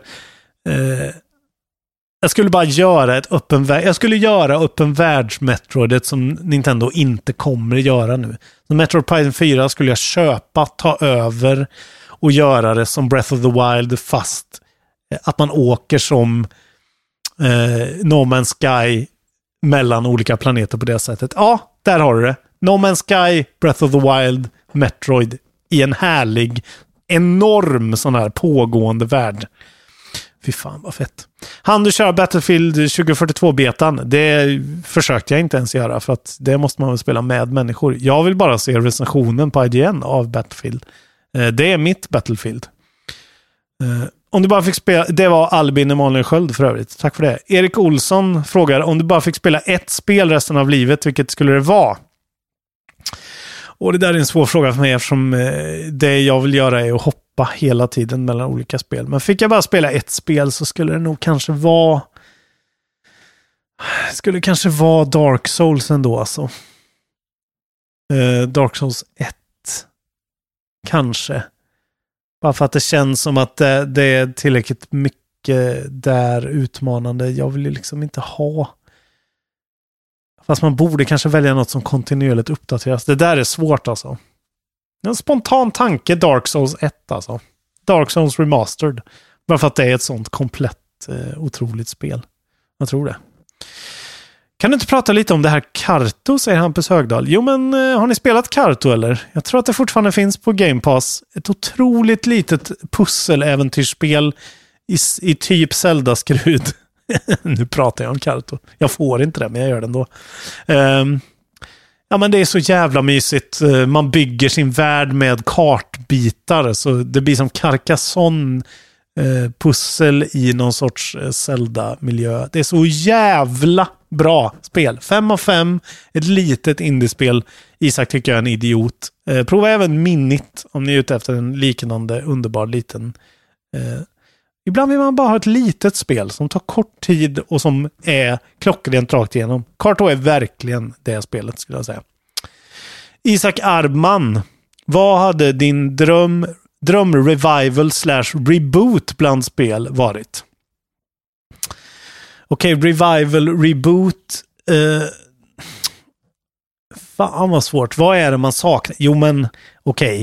bara göra ett jag skulle göra öppen världs Metroid som Nintendo inte kommer att göra nu. Så Metroid Prime 4 skulle jag köpa, ta över och göra det som Breath of the Wild, fast att man åker som No Man's Sky mellan olika planeter på det sättet. Ja, där har du det. No Man's Sky, Breath of the Wild, Metroid i en härlig, enorm sån här pågående värld. Fy fan vad fett. Han du kör Battlefield 2042-betan, det försökte jag inte ens göra, för att det måste man väl spela med människor. Jag vill bara se recensionen på IGN av Battlefield. Det är mitt Battlefield. Om du bara fick spela, det var Albin Emanuel Sköld för övrigt. Tack för det. Erik Olsson frågar, om du bara fick spela ett spel resten av livet, vilket skulle det vara? Och det där är en svår fråga för mig, eftersom det jag vill göra är att hoppa hela tiden mellan olika spel. Men fick jag bara spela ett spel så skulle det nog kanske vara Dark Souls ändå, alltså. Dark Souls 1 kanske. Bara för att det känns som att det är tillräckligt mycket där utmanande. Jag vill ju liksom inte ha... Fast man borde kanske välja något som kontinuerligt uppdateras. Det där är svårt alltså. En spontan tanke, Dark Souls 1 alltså. Dark Souls Remastered. Bara för att det är ett sånt komplett otroligt spel. Jag tror det. Kan du inte prata lite om det här Karto, säger Hampus Högdahl. Jo, men har ni spelat Karto eller? Jag tror att det fortfarande finns på Game Pass. Ett otroligt litet pusseläventyrsspel i typ Zelda-skrud. Nu pratar jag om Karto. Jag får inte det, men jag gör det ändå. Ja, men det är så jävla mysigt. Man bygger sin värld med kartbitar, så det blir som Carcassonne pussel i någon sorts Zelda-miljö. Det är så jävla bra spel. 5 av 5. Ett litet indiespel. Isak tycker jag är en idiot. Prova även Minit om ni är ute efter en liknande underbar liten... Ibland vill man bara ha ett litet spel som tar kort tid och som är klockrent rakt igenom. Karto är verkligen det spelet, skulle jag säga. Isak Arbman, vad hade din dröm revival / reboot bland spel varit? Okej, revival, reboot. Fan vad svårt. Vad är det man saknar? Jo, men okej.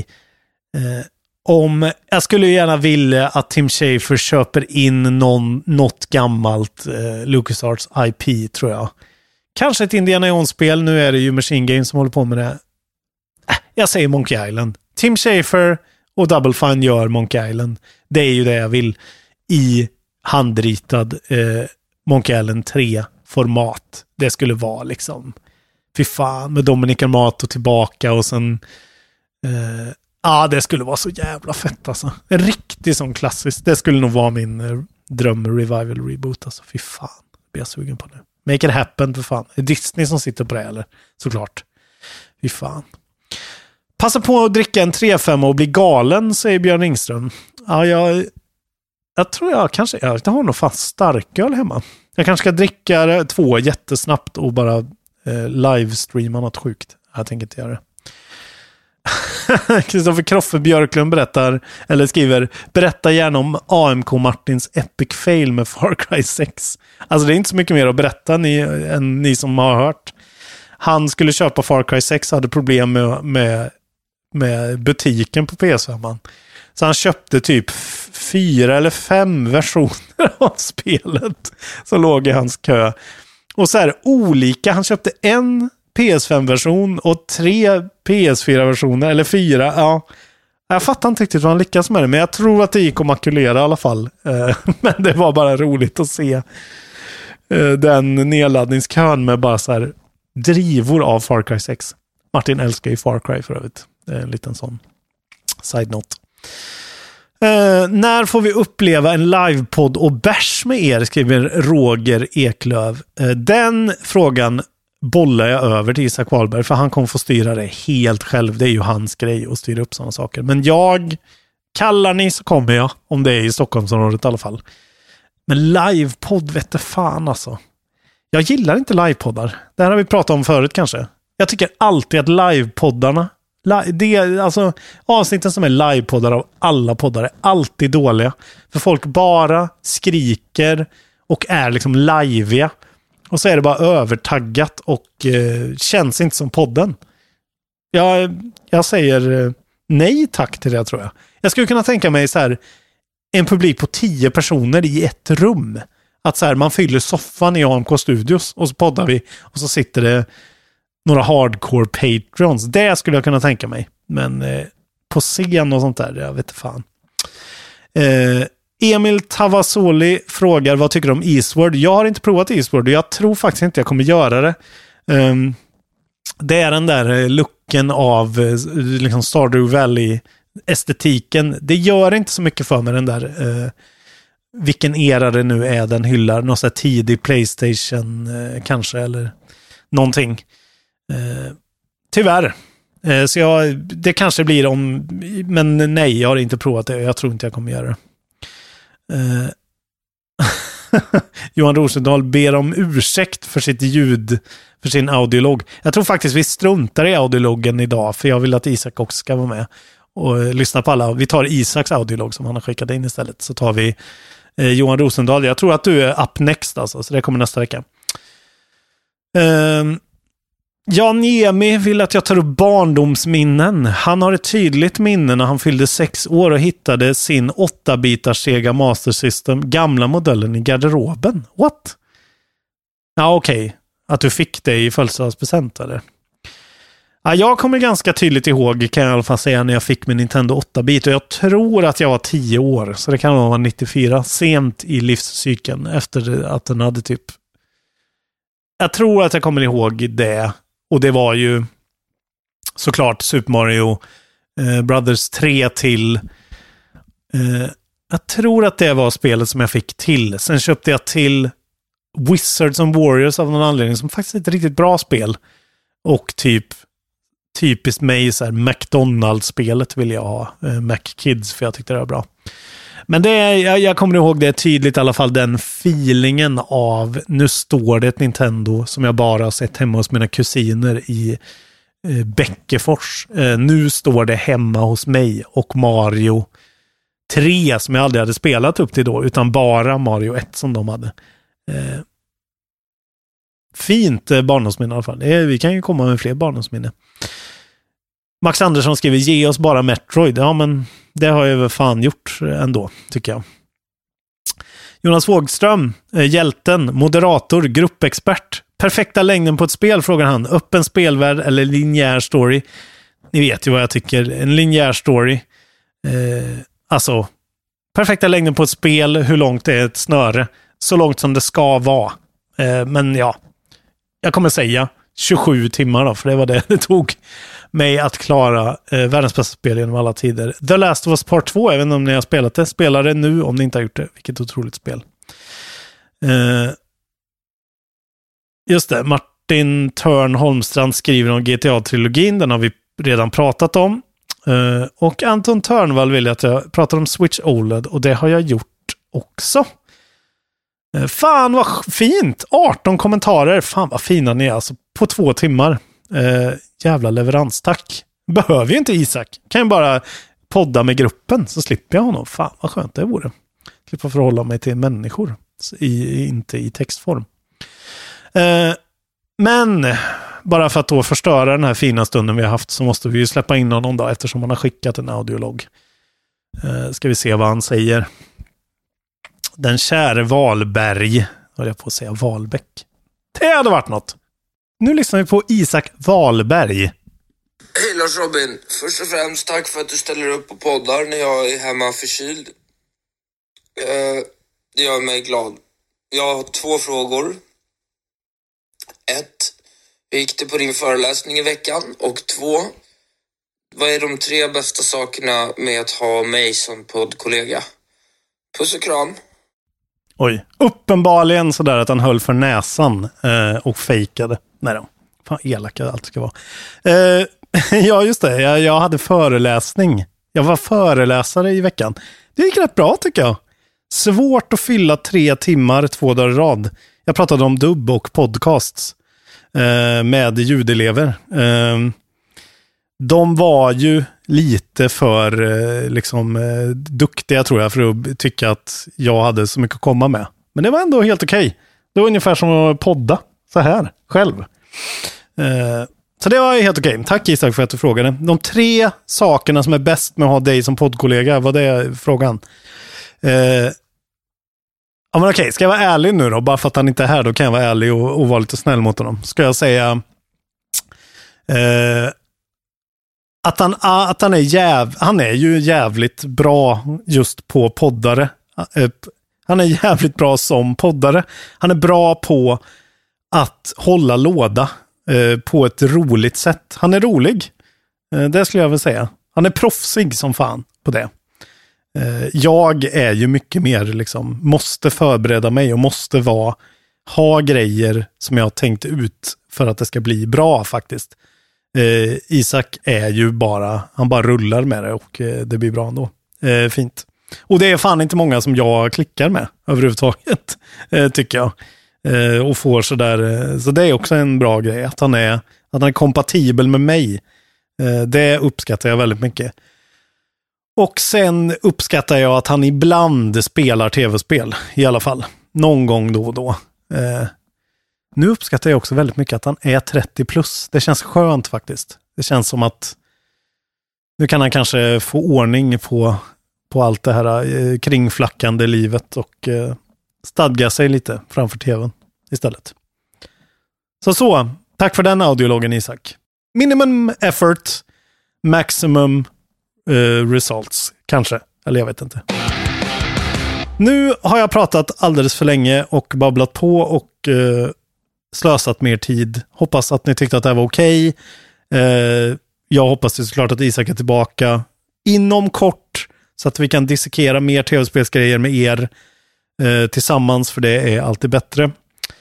Jag skulle gärna vilja att Tim Schafer köper in något gammalt LucasArts IP, tror jag. Kanske ett Indiana Jones-spel. Nu är det ju Machine Games som håller på med det. Jag säger Monkey Island. Tim Schafer och Double Fine gör Monkey Island. Det är ju det jag vill i handritad Monkey Island 3-format. Det skulle vara liksom... Fy fan, med Dominic Armato tillbaka och sen... det skulle vara så jävla fett alltså. En riktig sån klassisk. Det skulle nog vara min dröm revival reboot alltså. Fy fan, blir jag sugen på nu. Make it happen, för fan. Är Disney som sitter på det, eller? Såklart. Fy fan. Passa på att dricka en 3-5 och bli galen, säger Björn Ringström. Ja, jag tror jag har nog fast starköl hemma. Jag kanske ska dricka 2 jättesnabbt och bara livestreama något sjukt. Jag tänker inte göra det. Kristoffer Kroffe Björklund skriver, berätta gärna om AMK Martins epic fail med Far Cry 6. Alltså det är inte så mycket mer att berätta än ni som har hört. Han skulle köpa Far Cry 6, hade problem med butiken på PS5. Så han köpte typ 4 eller 5 versioner av spelet som låg i hans kö. Och så här olika, han köpte en PS5-version och 3 PS4-versioner, eller 4, ja. Jag fattar inte riktigt vad han lyckas med det, men jag tror att det gick att makulera i alla fall. Men det var bara roligt att se den nedladdningskön med bara så här drivor av Far Cry 6. Martin älskar ju Far Cry för övrigt. En liten sån side note. När får vi uppleva en livepodd och bärs med er, skriver Roger Eklöv. Den frågan bollar jag över till Isak Wahlberg, för han kommer få styra det helt själv. Det är ju hans grej att styra upp sådana saker. Men kallar ni så kommer jag, om det är i Stockholmsområdet i alla fall. Men livepodd vet du fan alltså. Jag gillar inte livepoddar. Det här har vi pratat om förut kanske. Jag tycker alltid att livepoddarna, alltså avsnitten som är livepoddar av alla poddar är alltid dåliga. För folk bara skriker och är liksom liveiga. Och så är det bara övertaggat och känns inte som podden. Jag säger nej tack till det, tror jag. Jag skulle kunna tänka mig så här, en publik på 10 personer i ett rum. Att så här, man fyller soffan i AMK Studios och så poddar vi och så sitter det några hardcore patrons. Det skulle jag kunna tänka mig. Men på scen och sånt där, jag vet inte fan. Emil Tavasoli frågar, vad tycker du om Eastward? Jag har inte provat Eastward och jag tror faktiskt inte jag kommer göra det. Det är den där looken av liksom Stardew Valley-estetiken. Det gör inte så mycket för mig, den där vilken era det nu är den hyllar. Någon sån här tidig PlayStation kanske, eller någonting. Tyvärr. Så det kanske blir om, men nej, jag har inte provat det. Jag tror inte jag kommer göra det. Johan Rosendahl ber om ursäkt för sitt ljud, för sin audiolog. Jag tror faktiskt vi struntar i audiologgen idag, för jag vill att Isak också ska vara med och lyssna på alla. Vi tar Isaks audiolog som han har skickat in istället, så tar vi Johan Rosendahl. Jag tror att du är up next alltså, så det kommer nästa vecka. Jan Niemi vill att jag tar upp barndomsminnen. Han har ett tydligt minne när han fyllde 6 år och hittade sin 8-bitars Sega Master System, gamla modellen, i garderoben. What? Ja, okej. Att du fick det i födelsedagspresent, eller? Ja, jag kommer ganska tydligt ihåg, kan jag i alla fall säga, när jag fick min Nintendo 8-bit. Och jag tror att jag var 10 år, så det kan vara 94. Sent i livscykeln, efter att den hade typ... Jag tror att jag kommer ihåg det. Och det var ju såklart Super Mario Brothers 3 till. Jag tror att det var spelet som jag fick till. Sen köpte jag till Wizards and Warriors av någon anledning, som faktiskt är ett riktigt bra spel. Och typiskt mig så här, McDonald's-spelet vill jag ha. Mac Kids, för jag tyckte det var bra. Men jag kommer ihåg det tydligt i alla fall, den feelingen av, nu står det ett Nintendo som jag bara har sett hemma hos mina kusiner i Bäckefors. Nu står det hemma hos mig, och Mario 3 som jag aldrig hade spelat upp till då, utan bara Mario 1 som de hade. Fint barndomsminne i alla fall. Vi kan ju komma med fler barndomsminne. Max Andersson skriver, ge oss bara Metroid. Ja, men det har jag väl fan gjort ändå, tycker jag. Jonas Wågström, hjälten, moderator, gruppexpert. Perfekta längden på ett spel, frågar han. Öppen spelvärld eller linjär story? Ni vet ju vad jag tycker. En linjär story. Alltså, perfekta längden på ett spel, hur långt det är ett snöre. Så långt som det ska vara. Men ja, jag kommer säga 27 timmar då, för det var det tog mig att klara världens bästa spel genom alla tider. The Last of Us Part 2, även om ni har spelat det. Spela det nu om ni inte har gjort det. Vilket otroligt spel. Just det, Martin Törn Holmstrand skriver om GTA-trilogin. Den har vi redan pratat om. Och Anton Törnvall vill att jag pratar om Switch OLED, och det har jag gjort också. Fan vad fint! 18 kommentarer. Fan vad fina ni är alltså, på 2 timmar. Jävla leverans, tack. Behöver ju inte Isak. Kan ju bara podda med gruppen, så slipper jag honom. Fan vad skönt det vore. Slippa förhålla mig till människor, inte i textform. Men bara för att då förstöra den här fina stunden vi har haft, så måste vi ju släppa in honom då, eftersom han har skickat en audiolog. Ska vi se vad han säger. Den käre Wahlberg, vad jag på att säga, Wahlbeck. Det hade varit något. Nu lyssnar vi på Isak Wahlberg. Hej Lars Robin, först och främst tack för att du ställer upp på poddar när jag är hemma förkyld. Det gör mig glad. Jag har 2 frågor. 1. Hur gick det på din föreläsning i veckan? Och 2. Vad är de 3 bästa sakerna med att ha mig som poddkollega? Puss och kram. Oj, uppenbarligen sådär att han höll för näsan och fejkade. Nej då, fan elaka allt ska vara. Ja just det, jag hade föreläsning. Jag var föreläsare i veckan. Det gick rätt bra tycker jag. Svårt att fylla 3 timmar 2 dagar i rad. Jag pratade om dubb och podcasts med ljudelever. De var ju lite för duktiga tror jag, för att tycka att jag hade så mycket att komma med. Men det var ändå helt okej. Det var ungefär som att podda så här själv. Så det var helt okej. Tack Isak för att du frågade. De 3 sakerna som är bäst med att ha dig som poddkollega, vad det är frågan. Ja, men okej, ska jag vara ärlig nu då? Bara för att han inte är här, då kan jag vara ärlig och vara lite snäll mot honom. Ska jag säga att han är ju jävligt bra just på poddare. Han är jävligt bra som poddare. Han är bra på att hålla låda på ett roligt sätt. Han är rolig. Det skulle jag väl säga. Han är proffsig som fan på det. Jag är ju mycket mer liksom, måste förbereda mig och måste ha grejer som jag har tänkt ut för att det ska bli bra faktiskt. Isak är ju han bara rullar med det och det blir bra ändå. Fint. Och det är fan inte många som jag klickar med överhuvudtaget, tycker jag. Och får sådär, så det är också en bra grej att han är kompatibel med mig. Det uppskattar jag väldigt mycket. Och sen uppskattar jag att han ibland spelar tv-spel i alla fall. Någon gång då och då. Nu uppskattar jag också väldigt mycket att han är 30 plus. Det känns skönt faktiskt. Det känns som att nu kan han kanske få ordning på allt det här kringflackande livet och stadga sig lite framför tvn istället. Så, tack för den audiologen Isak. Minimum effort, maximum results, kanske. Eller jag vet inte. Nu har jag pratat alldeles för länge och babblat på och slösat mer tid. Hoppas att ni tyckte att det här var okej. Jag hoppas såklart att Isak är tillbaka inom kort så att vi kan dissekera mer tv-spelsgrejer med er tillsammans, för det är alltid bättre.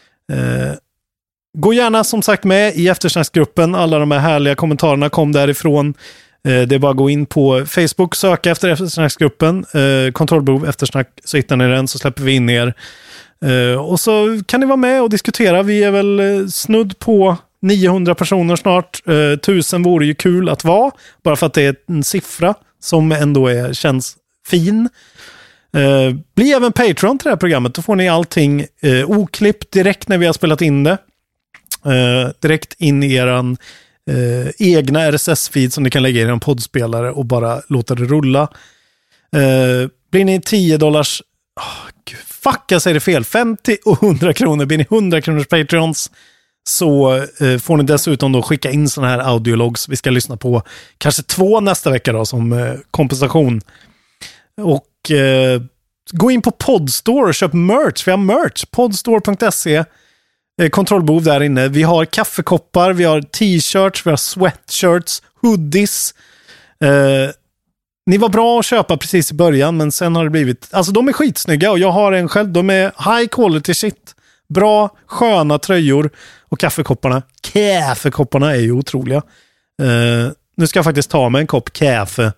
Gå gärna som sagt med i eftersnacksgruppen. Alla de här härliga kommentarerna kom därifrån. Det är bara att gå in på Facebook, söka efter eftersnacksgruppen, kontrollbehov eftersnack, så hittar ni den, så släpper vi in er. Och så kan ni vara med och diskutera. Vi är väl snudd på 900 personer snart. 1000 vore ju kul att vara, bara för att det är en siffra som ändå känns fin. Bli även Patreon till det här programmet. Då får ni allting oklippt direkt när vi har spelat in det. Direkt in i eran egna RSS-feed som ni kan lägga i en poddspelare och bara låta det rulla. Blir ni $10, jag säger det fel, 50 och 100 kronor, blir ni 100 kronors Patreons, så får ni dessutom då skicka in såna här audiologs. Vi ska lyssna på kanske 2 nästa vecka då som kompensation. Och gå in på Podstore och köp merch. Vi har merch, podstore.se. Kontrollbehov där inne. Vi har kaffekoppar, vi har t-shirts, vi har sweatshirts, hoodies. Ni var bra att köpa precis i början, men sen har det blivit... Alltså de är skitsnygga och jag har en själv. De är high quality shit. Bra, sköna tröjor. Och kaffekopparna är ju otroliga. Nu ska jag faktiskt ta mig en kopp kaffe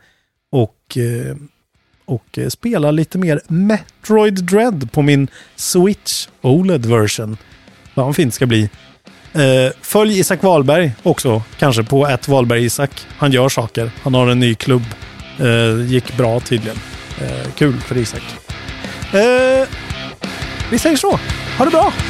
och spela lite mer Metroid Dread på min Switch OLED-version. Vad fint ska bli. Följ Isak Wahlberg också, kanske på @WahlbergIsak. Han gör saker. Han har en ny klubb. Gick bra tydligen. Kul för Isak. Vi säger så. Ha det bra!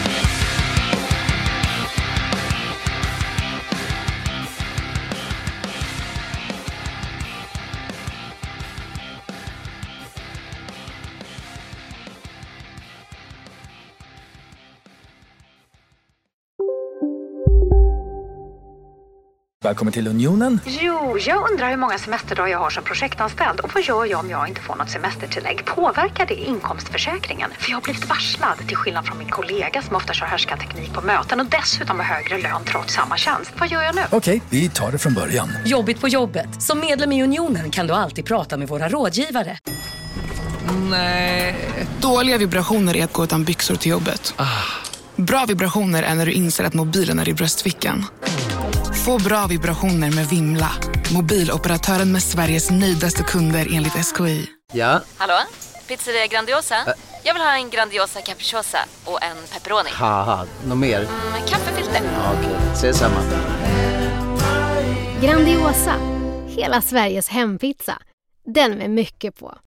Välkommen till Unionen. Jo, jag undrar hur många semesterdagar jag har som projektanställd. Och vad gör jag om jag inte får något semestertillägg? Påverkar det inkomstförsäkringen? För jag har blivit varslad, till skillnad från min kollega som ofta kör härskarteknik på möten och dessutom har högre lön trots samma tjänst. Vad gör jag nu? Okej, vi tar det från början. Jobbigt på jobbet. Som medlem i Unionen kan du alltid prata med våra rådgivare. Nej. Dåliga vibrationer är att gå utan byxor till jobbet. Bra vibrationer är när du inser att mobilen är i bröstfickan. Få bra vibrationer med Vimla. Mobiloperatören med Sveriges nöjdaste kunder enligt SKI. Ja? Hallå? Pizzeria Grandiosa? Jag vill ha en Grandiosa capriciosa och en pepperoni. Haha, något mer? Kaffefilter. Ja, okej, ses samma. Grandiosa, hela Sveriges hempizza. Den med mycket på.